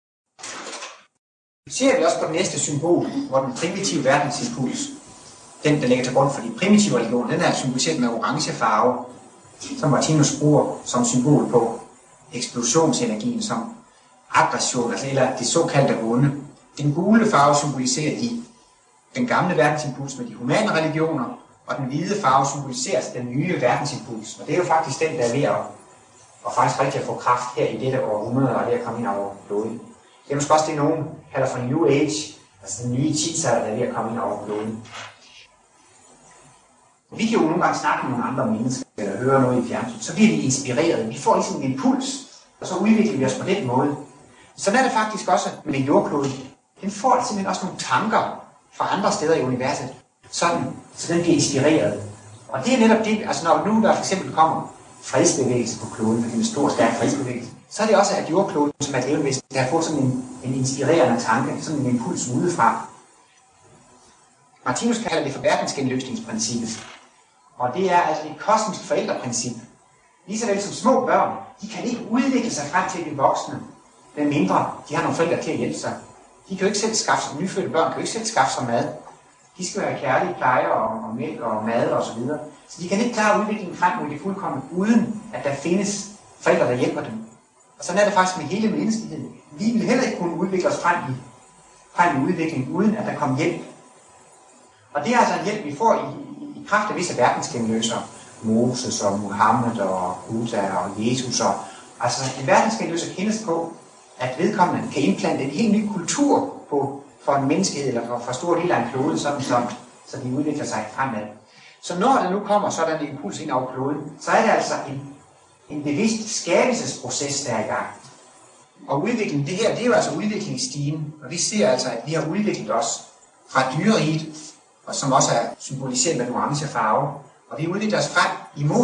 ser vi også på det næste symbol, hvor den primitive verdensimpuls, den der ligger til grund for de primitive religioner, den er symboliseret med orange farve, som Martinus bruger som symbol på eksplosionsenergien, som aggression, altså eller det såkaldte onde. Den gule farve symboliserer de, den gamle verdensimpuls med de humane religioner, og den hvide farve symboliserer den nye verdensimpuls. Og det er jo faktisk den, der er ved at, og faktisk rigtig at få kraft her i dette århundrede, og det at komme ind over kloden. Det er måske også det, nogen kalder for New Age, altså den nye tidsalder, der er ved at komme ind over kloden. Vi kan jo nogle gange snakke med nogle andre mennesker, eller høre noget i fjernsyn, så bliver vi inspireret. Vi får ligesom en impuls, og så udvikler vi os på den måde. Sådan er det faktisk også med jordkloden. Den får simpelthen også nogle tanker fra andre steder i universet, sådan, så den bliver inspireret. Og det er netop det, altså når nu der for eksempel kommer fredsbevægelse på kloden, fordi en stor, stærk fredsbevægelse, så er det også, at jordkloden, som er et levende væsen, der får sådan en, en inspirerende tanke, sådan en impuls udefra. Martinus kalder det for verdensgenløsningsprincippet. Og det er altså et kosmisk forældreprincip. Ligesåvel som små børn, de kan ikke udvikle sig frem til at blive voksne, men mindre de har nogle forældre til at hjælpe sig. De kan jo ikke selv skaffe sig, nyfødte børn kan jo ikke selv skaffe sig mad. De skal være kærlige plejer og, og mælk og mad og så videre. Så de kan ikke klare udviklingen frem mod det fuldkommen, uden at der findes forældre, der hjælper dem. Og sådan er det faktisk med hele menneskeheden. Vi vil heller ikke kunne udvikle os frem i, frem i udviklingen, uden at der kommer hjælp. Og det er altså en hjælp, vi får i, i, i kraft af visse verdensgenløsere. Moses og Muhammed og Buddha og Jesus. Og, altså en verdensgenløser kendes på, at vedkommende kan indplante en helt ny kultur på, for en menneskehed, eller for, for store dele af en klode, sådan som, så de udvikler sig fremad. Så når der nu kommer sådan en impuls ind over kloden, så er det altså en, en bevidst skabelsesproces, der er i gang. Og udviklingen, det her, det er jo altså udviklingsstigen, og vi ser altså, at vi har udviklet os fra dyreriget, og som også er symboliseret med en orange farve, og vi udvikler os frem imod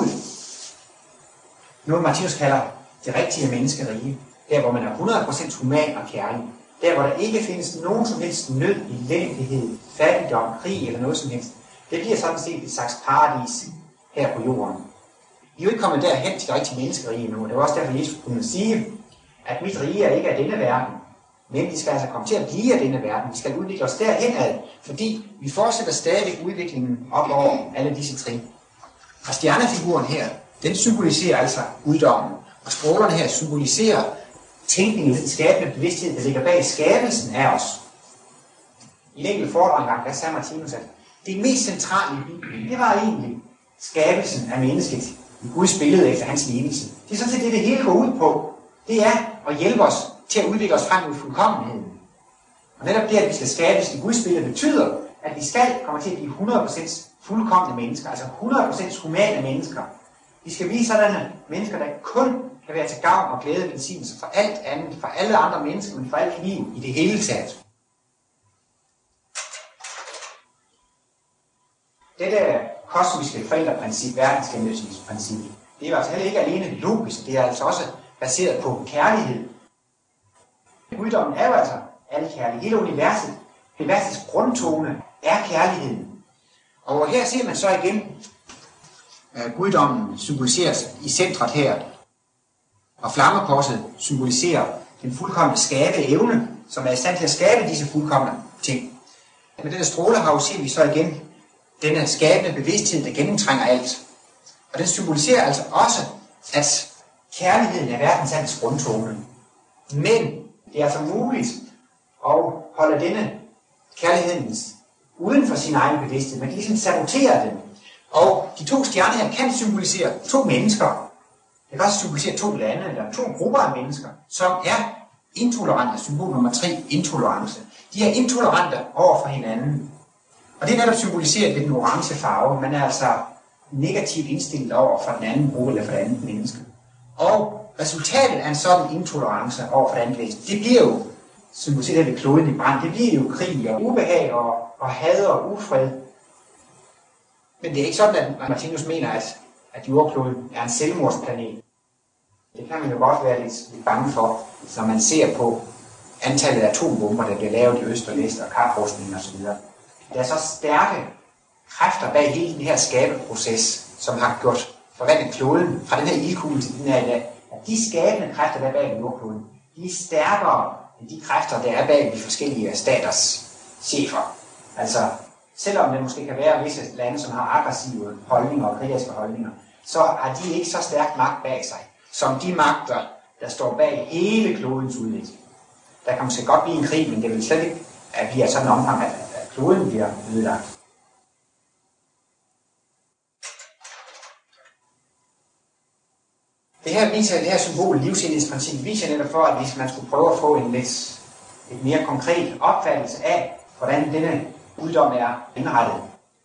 noget, Martinus kalder det rigtige menneskerige, der hvor man er hundrede procent human og kærlig, der hvor der ikke findes nogen som helst nød, elendighed, fattigdom, krig eller noget som helst. Det bliver sådan set et slags paradis her på jorden. Vi er jo ikke kommet derhen til det rigtige menneskerige endnu. Det var også derfor, Jesus kunne sige, at mit rige er ikke af denne verden, men vi skal altså komme til at blive af denne verden. Vi skal udvikle os derhenad, fordi vi fortsætter stadig udviklingen op over alle disse trin. Og stjernefiguren her, den symboliserer altså guddommen, og strålerne her symboliserer tænkningen, den skabende bevidsthed, der ligger bag skabelsen af os. I en enkelt foredrag engang, der sagde Martinus, at det mest centrale i Bibelen, det var egentlig skabelsen af mennesket i Guds billede efter hans lignelse. Det er sådan set det, det hele går ud på. Det er at hjælpe os til at udvikle os frem mod fuldkommenheden. Og netop det, at vi skal skabes i Guds billede, betyder, at vi skal komme til at blive hundrede procent fuldkomne mennesker, altså hundrede procent humane mennesker. Vi skal blive sådanne mennesker, der kun kan være til gavn og glæde og velsignelse for alt andet, for alle andre mennesker, men for alt liv i det hele taget. Dette kosmiske forældreprincip, verdensgenløsningsprincip, det er altså heller ikke alene logisk, det er altså også baseret på kærlighed. Guddommen er jo altså alle kærlighed. Hele universet, universets grundtone er kærligheden. Og her ser man så igen, at guddommen symboliseres i centret her, og flammekorset symboliserer den fuldkomne skabe evne, som er i stand til at skabe disse fuldkomne ting. Med denne strålehav ser vi så igen denne skabende bevidsthed, der gennemtrænger alt. Og den symboliserer altså også, at kærligheden er verdensandets grundtone. Men det er altså muligt at holde denne kærligheden uden for sin egen bevidsthed. Man kan ligesom sabotere den. Og de to stjerner her kan symbolisere to mennesker. Det kan også symbolisere to lande, eller to grupper af mennesker, som er intolerante. Symbol nummer tre, intolerance. De er intolerante over for hinanden. Og det er netop symboliseret ved den orange farve. Man er altså negativt indstillet over for den anden gruppe eller for det andet menneske. Og resultatet af en sådan intolerance over for det andet væsen, det bliver jo, symboliseret ved kloden i brand, det bliver jo krig og ubehag og, og had og ufred. Men det er ikke sådan, at Martinus mener, at, at jordkloden er en selvmordsplanet. Det kan man jo godt være lidt, lidt bange for, når man ser på antallet af atombomber, der bliver lavet i øst og vest og kaprustning osv. Der er så stærke kræfter bag hele den her skabeproces, som har gjort forvandlet kloden fra den her ildkugle til den her i dag. At de skabende kræfter, der er bag jordkloden, de er stærkere end de kræfter, der er bag de forskellige staters chefer. Altså, selvom det måske kan være visse lande, som har aggressive holdninger og krigeriske holdninger, så har de ikke så stærk magt bag sig, som de magter, der står bag hele klodens udvikling. Der kan måske godt blive en krig, men det vil slet ikke at blive af sådan en omfang, at, at kloden bliver ødelagt. Det her viser, det her symbol, livsenhedsprincip, viser netop for, at hvis man skulle prøve at få en lidt, lidt mere konkret opfattelse af, hvordan denne guddom er indrettet.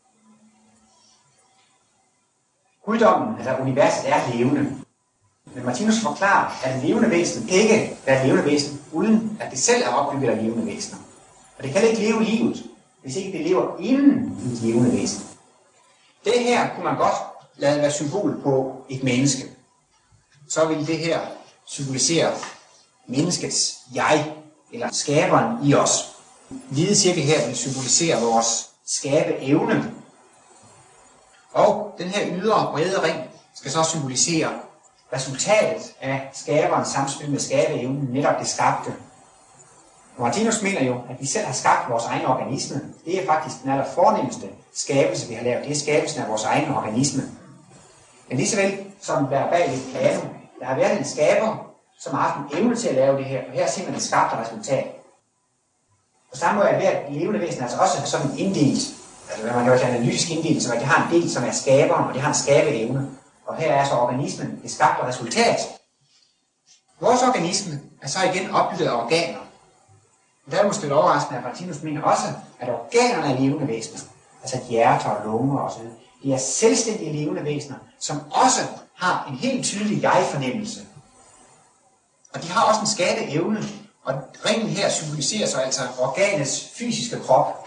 Guddommen, altså universet, er levende. Men Martinus forklarer, at en levende væsen kan ikke være et levende væsen, uden at det selv er opbygget af levende væsener. Og det kan ikke leve livet, hvis ikke det lever inden i et levende væsen. Det her kunne man godt lade være symbol på et menneske. Så vil det her symbolisere menneskets jeg, eller skaberen i os. Hvide cirkel her vil symbolisere vores skabeevne. Og den her ydre brede ring skal så symbolisere resultatet af skaberens samspil med skabeevnen, netop det skabte. Martinus mener jo, at vi selv har skabt vores egen organisme. Det er faktisk den aller fornemmeste skabelse, vi har lavet. Det er skabelsen af vores egen organisme. Men lige så vel som der er bag et piano, der har været en skaber, som har haft en evne til at lave det her, og her er simpelthen et skabt resultat. På samme måde er hvert levende væsen altså også sådan inddelt, altså man kan jo kalde analytisk inddelt, så det har en del, som er skaberen, og det har en skabeevne. Og her er så organismen det skabte resultat. Vores organisme er så igen opbygget af organer. Og der er måske lidt overraskende, at Martinus mener også, at organerne er levende væsener, altså hjerter og lunger osv. De er selvstændige levende væsener, som også har en helt tydelig jeg-fornemmelse. Og de har også en skabeevne, og ringen her symboliserer så altså organets fysiske krop.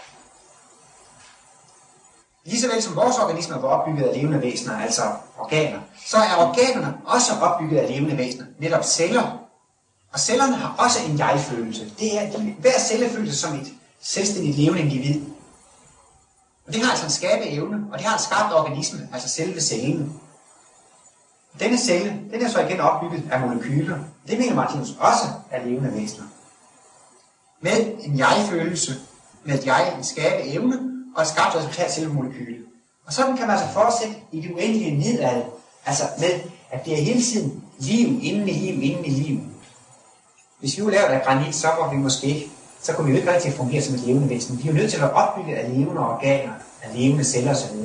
Ligesåvel som vores organismer var opbygget af levende væsener, altså organer, så er organerne også opbygget af levende væsener, netop celler. Og cellerne har også en jeg-følelse. Det er, de, hver celle føler sig som et selvstændigt levende individ. Og det har altså en skabeevne, og det har en skabt organisme, altså selve cellen. Denne celle, den er så igen opbygget af molekyler. Det mener Martinus også er levende væsener. Med en jeg-følelse, med et jeg, en skabeevne, og et skabt resultat selve molekylet. Og sådan kan man altså fortsætte i det uendelige nedad, altså med, at det er hele tiden liv inden i liv, inden i liv. Hvis vi jo laver af granit, så var vi måske, så kunne vi jo ikke rigtig fungere som et levende væsen. Vi er jo nødt til at være opbygget af levende organer, af levende celler osv.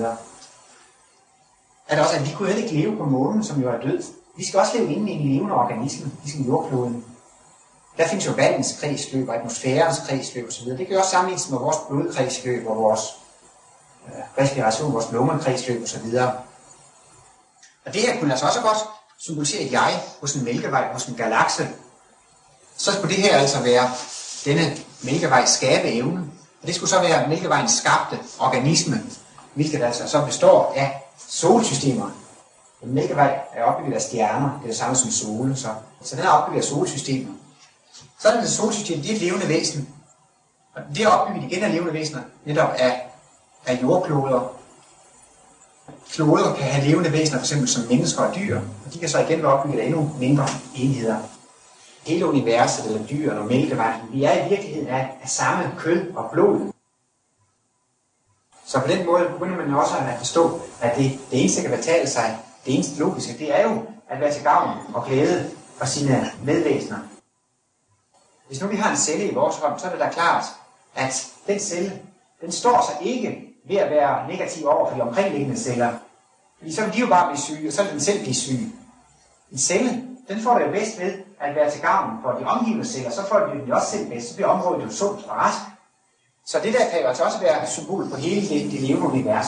At også, at vi kunne ikke leve på månen, som jo er død. Vi skal også leve inde i en levende organisme, ligesom jordkloden. Der findes jo vandens kredsløb og atmosfærens kredsløb osv. Det kan jo også sammenlignes med vores blodkredsløb og vores øh, respiration, vores lungekredsløb osv. Og det her kunne altså også godt symbolisere et jeg hos en mælkevej, hos en galakse. Så skulle det her altså være denne mælkevejs skabeevne. Og det skulle så være mælkevejens skabte organisme, hvilket altså så består af solsystemer. En mælkevej er opbygget af stjerner, det er det samme som solen. Så, så den er opbygget af solsystemer. Så er det solsystem, det er et levende væsen. Og det er opbygget igen af levende væsener, netop af, af jordkloder. Kloder kan have levende væsener, f.eks. som mennesker og dyr, og de kan så igen være opbygget af endnu mindre enheder. Hele universet, eller dyrene og mælkevejen, vi er i virkeligheden af, af samme kød og blod. Så på den måde begynder man også at forstå, at det, det eneste, der kan betale sig, det eneste logiske, det er jo at være til gavn og glæde for sine medvæsener. Hvis nu vi har en celle i vores hånd, så er det da klart, at den celle, den står sig ikke ved at være negativ over for de omkringliggende celler. Fordi så vil de jo bare blive syge, og så vil den selv blive syg. En celle, den får det jo bedst ved at være til gavn for de omgivende celler, så får det jo også selv bedst, så bliver området jo sundt og rask. Så det der kan jo altså også være et symbol på hele det, det levende univers.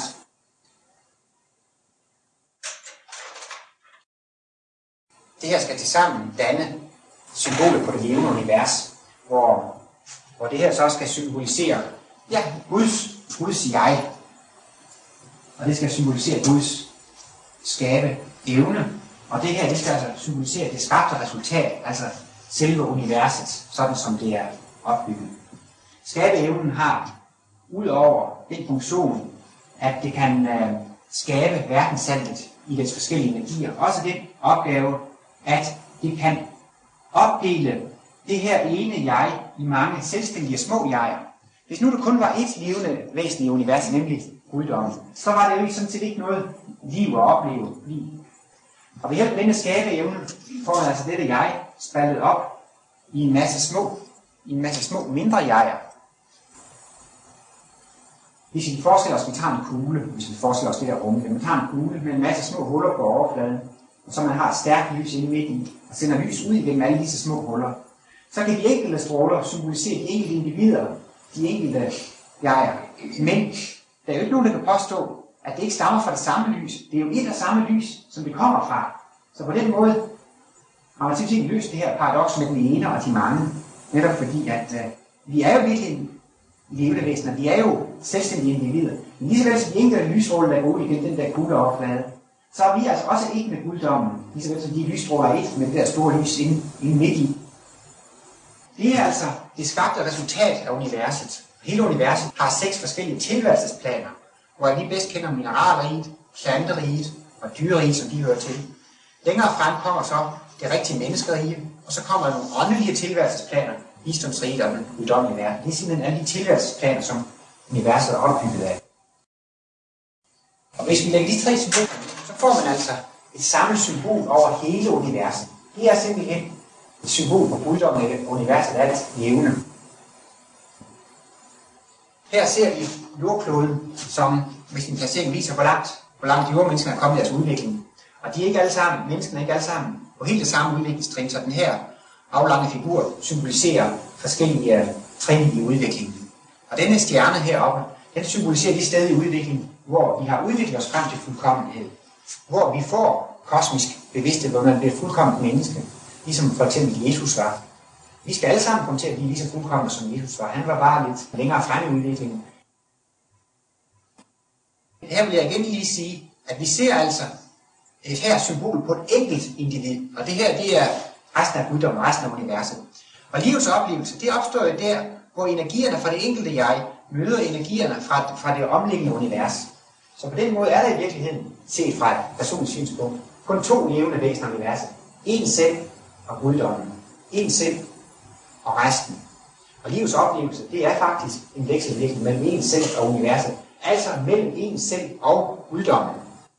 Det her skal tilsammen danne symbolet på det levende univers, hvor, hvor det her så skal symbolisere ja, Guds, Guds jeg. Og det skal symbolisere Guds skabe evne. Og det her, det skal altså symbolisere det skabte resultat, altså selve universet, sådan som det er opbygget. Skabeevnen har, ud over den funktion, at det kan øh, skabe verdenssalget i dets forskellige energier, også den opgave, at det kan opdele det her ene jeg i mange selvstændige små jeger. Hvis nu der kun var et levende væsen i universet, nemlig guddommen, så var det jo ikke sådan set ikke noget liv at opleve. Og ved hjælp af denne skabeevne får man altså dette jeg spaltet op i en masse små, i en masse små mindre jeger. Hvis vi forestiller os, at vi tager en kugle, hvis vi forestiller os det der rum, vi tager en kugle med en masse små huller på overfladen, og så man har et stærkt lys inde midt i, og sender lys ud igennem alle disse små huller, så kan de enkelte stråler symbolisere de enkelte individer, de enkelte jeger. Men der er jo ikke nogen, der kan påstå, at det ikke stammer fra det samme lys. Det er jo et og samme lys, som det kommer fra. Så på den måde har man simpelthen løst det her paradoks med den ene og de mange. Netop fordi, at øh, vi er jo virkelig levende væsener. Vi er jo selvstændige individer. Men lige så vel som de enkelte lysstråler, der går ud igennem den der kugleoverflade, så er vi altså også et med guddommen. Lige så vel som de lysstråler er et med det der store lys inde, inde midt i. Det er altså det skabte resultat af universet. Hele universet har seks forskellige tilværelsesplaner, hvor vi bedst kender mineralriget, planteriget og dyreriget, som de hører til. Længere frem kommer så det rigtige menneskerige, og så kommer der nogle åndelige tilværelsesplaner, visdomsriget og den guddommelige verden. Det er simpelthen alle de tilværelsesplaner, som universet er opbygget af. Og hvis vi lægger de tre symboler, så får man altså et samlet symbol over hele universet. Det er simpelthen et symbol på guddommen af universet alt levende. Her ser vi jordkloden, som hvis en placering viser, hvor langt, hvor langt jordmenneskene er kommet i deres udvikling. Og de er ikke alle sammen, menneskene er ikke alle sammen på helt det samme udviklingstrin, så den her aflange figur symboliserer forskellige trin i udviklingen. Og denne stjerne heroppe, den symboliserer de steder i udviklingen, hvor vi har udviklet os frem til fuldkommenhed. Hvor vi får kosmisk bevidsthed, hvor man bliver fuldkomment menneske, ligesom for eksempel Jesus var. Vi skal alle sammen komme til at blive lige så fuldkomne som Jesus var. Han var bare lidt længere frem i udviklingen. Her vil jeg igen lige sige, at vi ser altså et her symbol på et enkelt individ. Og det her, det er resten af guddommen, resten af universet. Og livets oplevelse, det opstår jo der, hvor energierne fra det enkelte jeg møder energierne fra, fra det omliggende univers. Så på den måde er der i virkeligheden, set fra et personligt synspunkt, kun to levende væsener i universet. En selv og guddommen. En selv og resten. Og livets oplevelse, det er faktisk en vekselvirkning mellem en selv og universet. Altså mellem en selv og guddommen.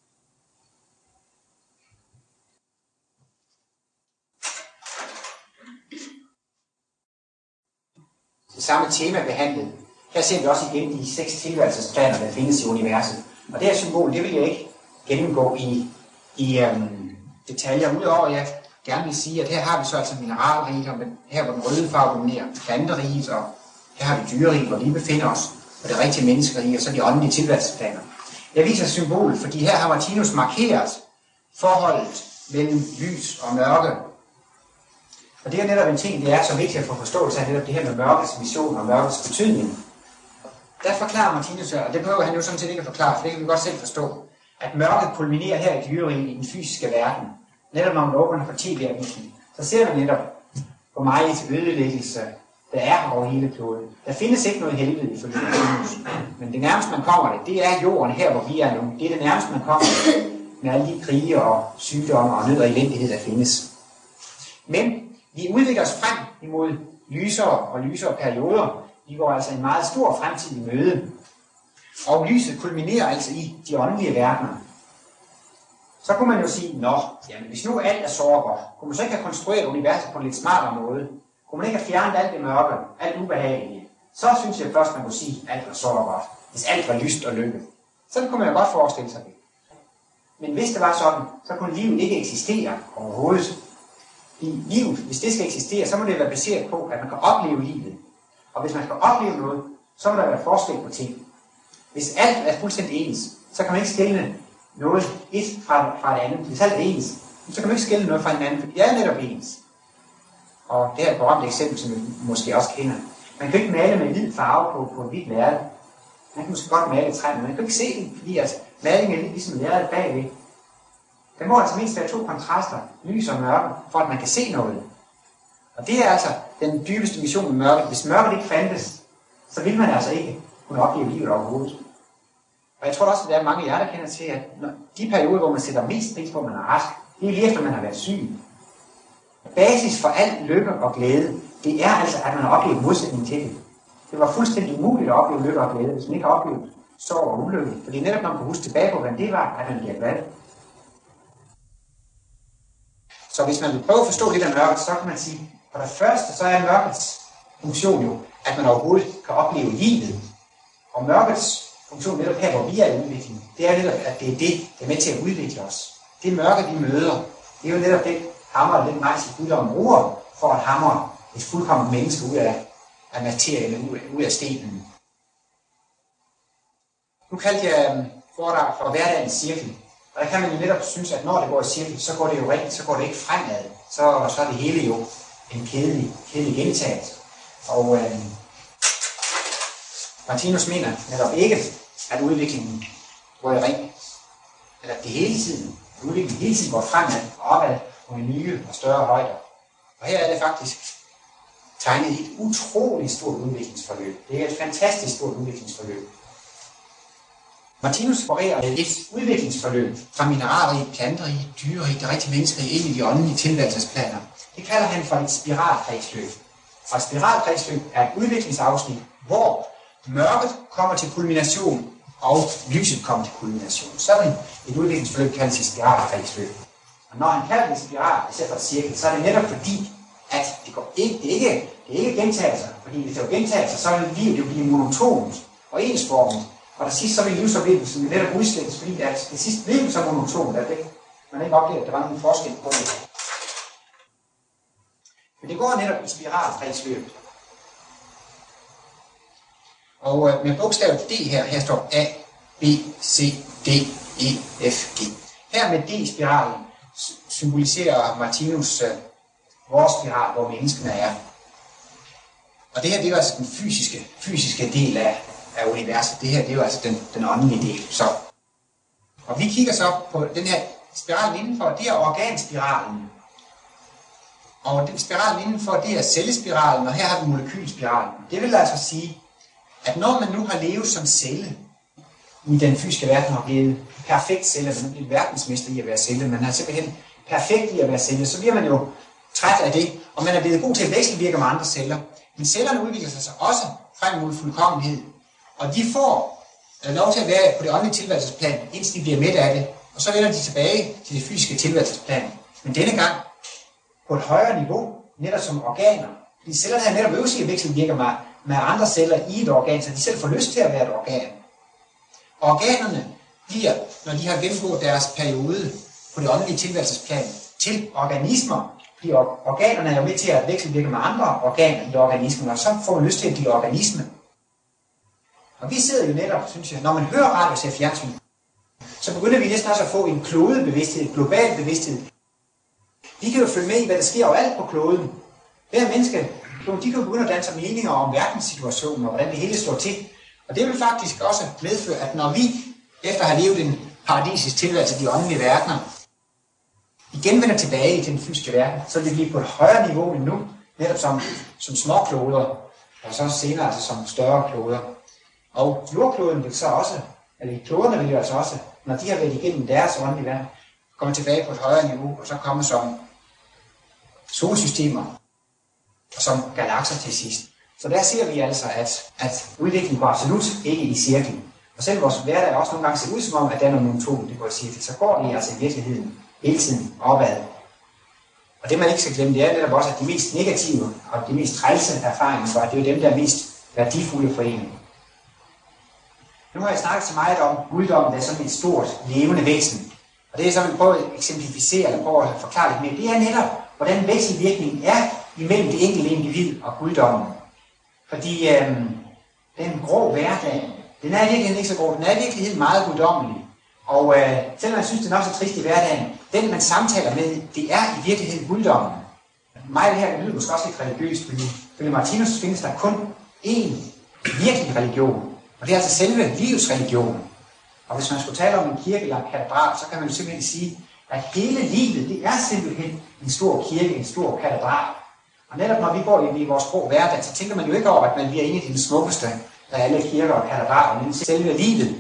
Det samme tema behandlet. Her ser vi også igen de seks tilværelsesplaner, der findes i universet. Og det her symbol, det vil jeg ikke gennemgå i, i øhm, detaljer. Udover jeg gerne vil sige, at her har vi så altså mineralriget, og her hvor den røde farve dominerer planteriget, og her har vi dyreriget, hvor vi befinder os, og det rigtige menneskerige, og så de åndelige tilværelsesplaner. Jeg viser symbolet, fordi her har Martinus markeret forholdet mellem lys og mørke. Og det er netop en ting, det er så vigtigt at få forståelse af netop det her med mørkets mission og mørkets betydning. Der forklarer Martinus, og det behøver han jo sådan set ikke at forklare, for det kan vi godt selv forstå, at mørket kulminerer her i dyreriget i den fysiske verden. Netop når man åbner for tv-avisen, så ser man netop, hvor meget ødelæggelse der er over hele kloden. Der findes ikke noget helvede ifølge Martinus, men det nærmeste man kommer det, det er jorden her, hvor vi er nu. Det er det nærmeste man kommer med alle de krige og sygdomme og nød og elendighed, der findes. Men vi udvikler os frem imod lysere og lysere perioder. Vi går altså en meget stor fremtid i møde. Og lyset kulminerer altså i de åndelige verdener. Så kunne man jo sige, nå, jamen hvis nu alt er sårbart, kunne man så ikke have konstrueret universet på en lidt smartere måde? Kunne man ikke have fjernet alt det mørke, alt ubehagelige, så synes jeg først, man kunne sige, at alt var sort og godt. Hvis alt var lyst og lykke. Sådan kunne man jo godt forestille sig det. Men hvis det var sådan, så kunne livet ikke eksistere overhovedet. I livet, hvis det skal eksistere, så må det være baseret på, at man kan opleve livet. Og hvis man skal opleve noget, så må der være forskel på ting. Hvis alt er fuldstændig ens, så kan man ikke skelne noget et fra, fra det andet. Hvis alt er ens, så kan man ikke skelne noget fra hinanden, for de er netop ens. Og det er et berømt eksempel, som vi måske også kender. Man kan ikke male med hvid farve på, på en hvid lærred. Man kan måske godt male et træ, men man kan ikke se det, fordi at malingen er lidt ligesom lærredet bagved. Der må altså mindst være to kontraster, lys og mørke, for at man kan se noget. Og det er altså den dybeste mission med mørket. Hvis mørket ikke fandtes, så vil man altså ikke kunne opleve livet overhovedet. Og jeg tror også, at der er mange af jer, der kender til, at de perioder, hvor man sætter mest pris på, at man er rask, det er lige efter, man har været syg. Basis for al lykke og glæde, det er altså, at man har oplevet modsætning til det. Det var fuldstændig umuligt at opleve lykke og glæde, hvis man ikke har oplevet sorg og ulykke. For det er netop, når man kan huske tilbage på, hvordan det var, at man bliver glad. Så hvis man vil prøve at forstå lidt af mørket, så kan man sige, for det første, så er mørkets funktion jo, at man overhovedet kan opleve livet. Og mørkets funktion netop her, hvor vi er i udviklingen, det er netop, at det er det, der er med til at udvikle os. Det mørke, vi møder, det er jo netop det hammer, og den majs, Gud bruger for at hamre et fuldkomment menneske ud af, af materien, ud, ud af stenen. Nu kaldte jeg foredrag for hverdagens cirkel. Og der kan man jo netop synes, at når det går i cirkel, så går det jo rigtigt, så går det ikke fremad. Så, så er det hele jo en kedelig, kedelig gentagelse. Og øh, Martinus mener netop ikke, at udviklingen går i ring. Eller det hele tiden. At udviklingen hele tiden går fremad og opad på nye og større højder. Og her er det faktisk tegnet et utroligt stort udviklingsforløb. Det er et fantastisk stort udviklingsforløb. Martinus forerer et udviklingsforløb fra mineralrigt, planterigt, dyrerigt og rigtig menneskerigt ind i de åndelige tilværelsesplaner. Det kalder han for et spiralkredsløb. Og et spiralkredsløb er et udviklingsafsnit, hvor mørket kommer til kulmination, og lyset kommer til kulmination. Sådan et udviklingsforløb kaldes et spiralkredsløb. Og når han kalder det spiral, i stedet for et cirkel, så er det netop fordi, at det, går ikke, det, er ikke, det er ikke gentagelser. Fordi hvis det var gentagelser, så vil livet jo blive monotont og ensformet. Og der sidst så vil livsoplevelsen netop udslættes, fordi at det sidste blev så monotont, at det, man ikke oplevede, at der var nogen forskel på det. Men det går netop i spiralkredsløbet. Og øh, med bogstavet D her, her står A, B, C, D, E, F, G. Her med D-spiralen symboliserer Martinus øh, vores spiral, hvor menneskene er. Og det her, det er jo altså den fysiske, fysiske del af, af universet. Det her, det er jo altså den, den åndelige del. Så. Og vi kigger så på den her spiralen indenfor, det er organspiralen. Og den spiralen indenfor, det er cellespiralen, og her har vi molekylspiralen. Det vil altså sige, at når man nu har levet som celle i den fysiske verden, og blevet perfekt celle, man bliver verdensmester i at være celle, man er simpelthen perfekt i at være celle, så bliver man jo træt af det, og man er blevet god til at vekselvirke med andre celler. Men cellerne udvikler sig så også frem mod fuldkommenhed, og de får lov til at være på det åndelige tilværelsesplan, indtil de bliver mæt af det, og så vender de tilbage til det fysiske tilværelsesplan. Men denne gang på et højere niveau, netop som organer. De celler, der netop øver sig at vekselvirke med, med andre celler i et organ, så de selv får lyst til at være et organ. Og organerne bliver, når de har gennemgået deres periode på det åndelige tilværelsesplan, til organismer. Fordi organerne er jo med til at vekselvirke med andre organer i organismen, og så får man lyst til at blive organisme. Og vi sidder jo netop, synes jeg, når man hører radio og ser fjernsyn, så begynder vi næsten også at få en klodebevidsthed, en global bevidsthed. Vi kan jo følge med i, hvad der sker overalt på kloden. Hver menneske, de kan jo begynde at danse meninger om verdenssituationen og hvordan det hele står til. Og det vil faktisk også medføre, at når vi, efter at have levet en paradisisk tilværelse i de åndelige verdener, igen vender tilbage til den fysiske verden, så vil vi blive på et højere niveau end nu, netop som, som små kloder, og så senere altså som større kloder. Og jordkloden vil så også, eller kloderne vil jo altså også, når de har været igennem deres åndelige verden, komme tilbage på et højere niveau, og så komme som solsystemer, og som galakser til sidst. Så der ser vi altså, at, at udviklingen går absolut ikke i cirkel. Og selv vores hverdag også nogle gange ser ud som om, at der er nogle monoton, det går i cirkel, så går det altså i virkeligheden hele tiden opad. Og det man ikke skal glemme, det er netop også, at de mest negative og de mest trælse erfaringer, for det er jo dem, der er mest værdifulde forening. Nu har jeg snakket så meget om guddommen, der er sådan et stort, levende væsen. Og det er så, vi prøver at eksemplificere, eller prøve at forklare lidt mere. Det er netop, hvordan vekselvirkningen er imellem det enkelte individ og guddommen. Fordi øhm, den grå hverdag, den er i virkeligheden ikke så grå, den er i virkeligheden meget guddommelig. Og øh, selvom man synes, det er nok så trist i hverdagen, den man samtaler med, det er i virkeligheden guddommen. Meget her lyder måske også lidt religiøst, fordi ifølge Martinus findes der kun én virkelig religion. Og det er altså selve livets religion. Og hvis man skulle tale om en kirke eller en katedral, så kan man jo simpelthen sige, at hele livet, det er simpelthen en stor kirke, en stor katedral. Og netop når vi går i vores grå hverdag, så tænker man jo ikke over, at man bliver inde i den smukkeste af alle kirker og katedraler, men selve livet.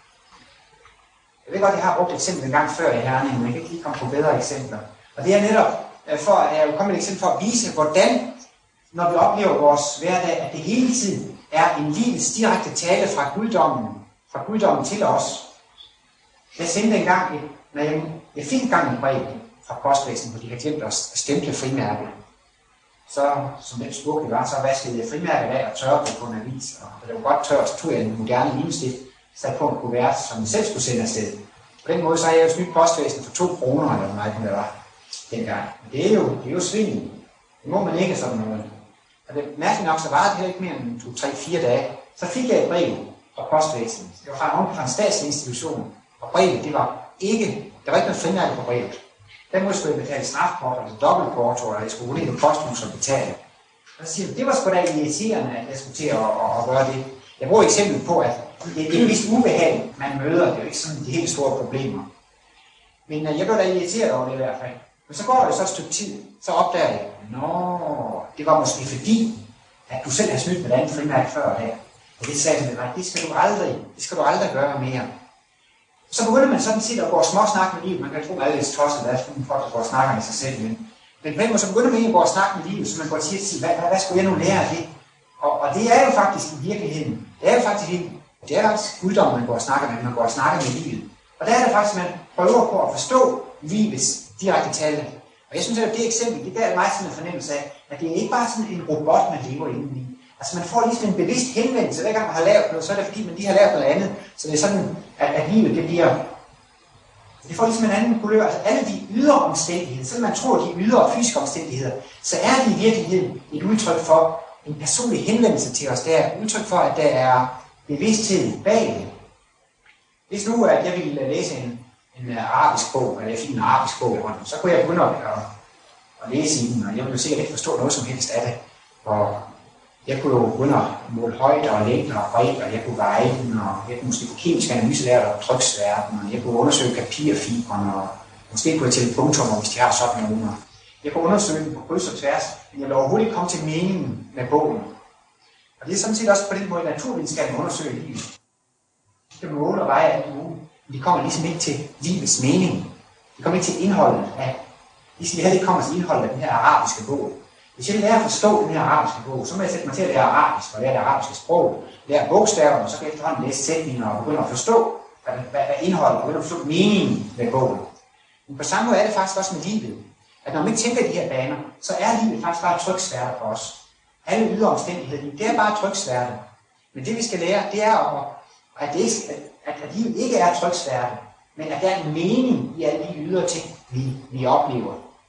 Jeg ved godt, at jeg har brugt et eksempel en gang før i Herning, men jeg kan ikke lige komme på bedre eksempler. Og det er netop, for at jeg vil komme med et eksempel for at vise, hvordan, når vi oplever vores hverdag, at det hele tiden er en livets direkte tale fra guddommen, fra guddommen til os. Jeg sendte engang, et, når jeg, jeg fik engang en brev fra postvæsenet, hvor de havde glemt at stemple frimærket. Så, som den smukke var, så vaskede jeg frimærket af og tørrede det på en avis. Og da det var godt tørt, så tog jeg en moderne limestift, sat på en kuvert, som jeg selv skulle sende afsted. På den måde så har jeg jo snydt postvæsenet for to kroner, eller hvor meget det var dengang. Men det er jo, det er jo svindel. Det må man ikke sådan noget. Og det mærkeligt nok, så var det heller ikke mere end to, tre, fire dage. Så fik jeg et brev fra postvæsenet. Det var fra en, fra en statslig institution. Og brevet, det var ikke, der var ikke noget frimærke på brevet. Den måde skulle jeg betale strafkort, altså dobbeltporto, eller jeg skulle gå ned på posthuset og betale. Og så siger jeg, det var sgu da irriterende, at jeg skulle til at, at, at gøre det. Jeg bruger et eksempel på, at det er et vist ubehag, man møder. Det er jo ikke sådan de helt store problemer. Men jeg blev da irriteret over det i hvert fald. Men så går der jo så et stykke tid, så opdager jeg, nå, det var måske fordi, at du selv har snydt med et andet frimærke før her. Og det sagde jeg, det skal du aldrig, det skal du aldrig gøre mere. Så begynder man sådan set at gå og småsnakke med livet. Man kan tro, at alle er tosset, der er sådan folk, der går og snakker med sig selv. Men, men på den måde, så begynder man at gå og snakke med livet, så man går og siger til sig, hvad, hvad, hvad skulle jeg nu lære af det? Og, og det er jo faktisk i virkeligheden, det er jo faktisk det er faktisk guddommen, man går og snakker med, man går og snakker med livet. Og der er det faktisk, man prøver på at forstå livets direkte tale. Og jeg synes, at det eksempel, det der mig sådan en fornemmelse af, at det er ikke bare sådan en robot, man lever inde i. Altså man får ligesom en bevidst henvendelse, hver gang man har lavet noget, så er det fordi, man lige har lavet noget andet. Så det er sådan, at, at livet det bliver, det får ligesom en anden kulør. Altså alle de ydre omstændigheder, selvom man tror, de er ydre fysiske omstændigheder, så er det i virkeligheden et udtryk for en personlig henvendelse til os. Det er et udtryk for, at der er bevidsthed bag det. Hvis nu, at jeg ville læse en, en arabisk bog, eller jeg fik en arabisk bog i hånden, så kunne jeg begynde at, at læse i den, og jeg ville jo sikkert ikke forstå noget som helst af det. Og jeg kunne jo begynde at måle højder og længder og bredder, og jeg kunne veje den, og jeg kunne måske få kemisk analyse lære og tryksværten, og jeg kunne undersøge papirfiberen, og måske kunne jeg tælle punktummer, hvis de har sådan nogle. Jeg kunne undersøge den på kryds og tværs, men jeg ville overhovedet ikke komme til meningen med bogen. Og det er sådan set også på den måde, naturvidenskaben undersøger livet. De kan måle og veje alt muligt, men de kommer ligesom ikke til livets mening. De kommer ikke til indholdet af, ligesom de heller ikke kommer til indholdet af den her arabiske bog. Hvis jeg vil lære at forstå den her arabiske bog, så må jeg sætte mig til at lære arabisk og lære det arabiske sprog, lære bogstaverne, og så kan jeg efterhånden læse sætninger og begynde at forstå, hvad, hvad, hvad indholdet, og begynde at forstå meningen med bogen. Men på samme måde er det faktisk også med livet, at når man ikke tænker i de her baner, så er livet faktisk bare tryksværter for os. Alle ydre omstændigheder, det er bare tryksværter. Men det vi skal lære, det er, at, det ikke, at, at livet ikke er tryksværter, men at der er en mening i alle de ydre ting, vi, vi oplever.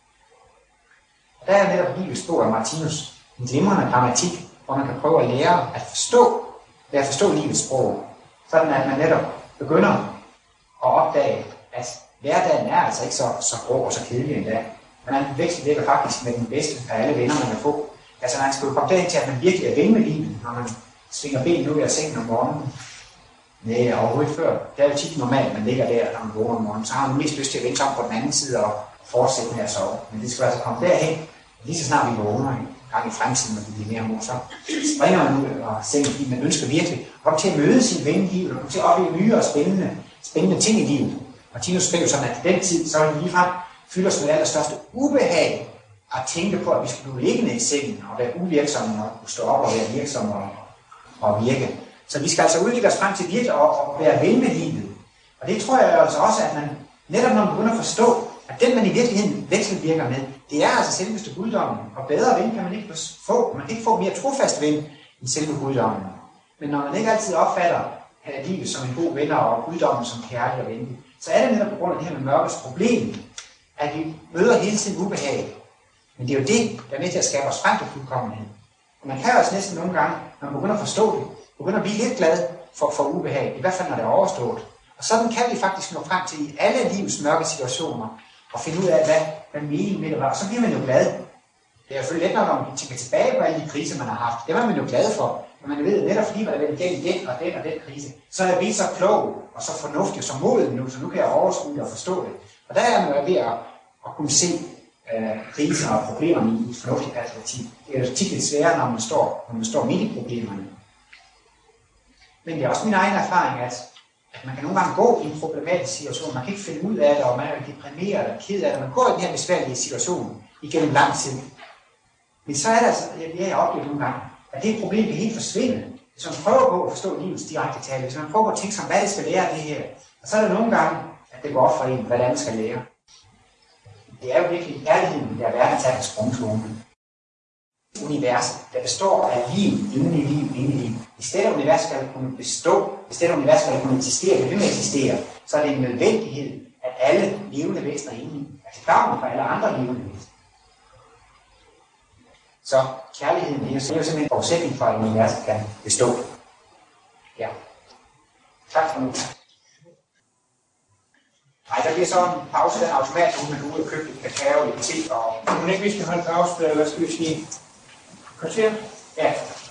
Der er netop livets bog af Martinus, en glimrende grammatik, hvor man kan prøve at lære at forstå, lære at forstå livets sprog, sådan at man netop begynder at opdage, at hverdagen er altså ikke så, så grå og så kedelig endda. Man veksler faktisk med den bedste af alle venner, man kan få. Altså man skal jo komme derhen til, at man virkelig er ven med livet, når man svinger benene ud af sengen om morgenen. Nej, overhovedet før. Det er jo tit normalt, man ligger der, når man vågner om morgenen. Så har man mest lyst til at vende sig om på den anden side og fortsætte med at sove. Men det skal altså komme derhen, lige så snart vi vågner en gang i fremtiden, når vi bliver mere mor, så springer man ud af sengen, fordi man ønsker virkelig at komme til at møde sin ven i livet, og komme til at opleve nye og spændende, spændende ting i livet. Og Martinus skriver sådan, at i den tid, så er det ligefrem fylder os med allerstørste ubehag at tænke på, at vi skulle blive liggende i sengen og være uvirksomme og stå op og være virksomme og, og virke. Så vi skal altså udvikle os frem til virkelig at, at være ven med livet. Og det tror jeg altså også, at man netop når man begynder at forstå, at den man i virkeligheden vekselvirker med, det er altså selveste guddommen. Og bedre ven kan man ikke få. Man kan ikke få mere trofast ven i selve guddommen. Men når man ikke altid opfatter livet som en god venner og guddommen som kærlig og venlig, så er det netop på grund af det her med mørkets problem, at vi møder hele tiden ubehag. Men det er jo det, der er med til at skabe os frem til fuldkommenhed. Og man kan jo også næsten nogle gange, når man begynder at forstå det, begynder at blive lidt glad for, for ubehag, i hvert fald når det er overstået. Og sådan kan vi faktisk nå frem til i alle livets mørke situationer, og finde ud af, hvad, hvad meningen med det var. Og så bliver man jo glad. Det er selvfølgelig let nok, når man tænker tilbage på alle de kriser, man har haft. Det var man jo glad for. Men man ved netop, fordi man har været igennem den og den og den krise, så er jeg blevet så klog og så fornuftig og så modig nu, så nu kan jeg overskue og forstå det. Og der er man jo ved at, at kunne se øh, kriser og problemerne i et fornuftigt perspektiv. Det er jo tit lidt sværere, når man står, når man står midt i problemerne. Men det er også min egen erfaring, at, at man kan nogle gange gå i en problematisk situation. Man kan ikke finde ud af det, og man er deprimeret og ked af det. Man går i den her besværlige situation igennem lang tid. Men så er det altså, det har jeg oplevet nogle gange, at det problem kan helt forsvinde. Hvis man prøver på at forstå livets direkte tale, hvis man prøver at tænke sig, hvad det skal lære af det her, og så er der nogle gange, at det går op for en, hvad det andet skal lære. Det er jo virkelig kærligheden, der er værd at tage på sprungstolen. Universet, der består af liv, inden i liv, inden i liv. Hvis dette univers skal kunne bestå, hvis dette univers skal kunne eksistere, det vil med eksistere, så er det en nødvendighed, at alle levende væsener er inde i. Altså gavn for alle andre levende væsener. Så kærligheden er jo simpelthen en forudsætning for, at universet kan bestå. Ja. Tak for nu. Nej, der bliver så en pause, den automatisk, hvor man kan ud og købe lidt kakao, lidt te og... Men ikke, vi skal holde pause, eller hvad skal vi sige? Kvarter? Ja.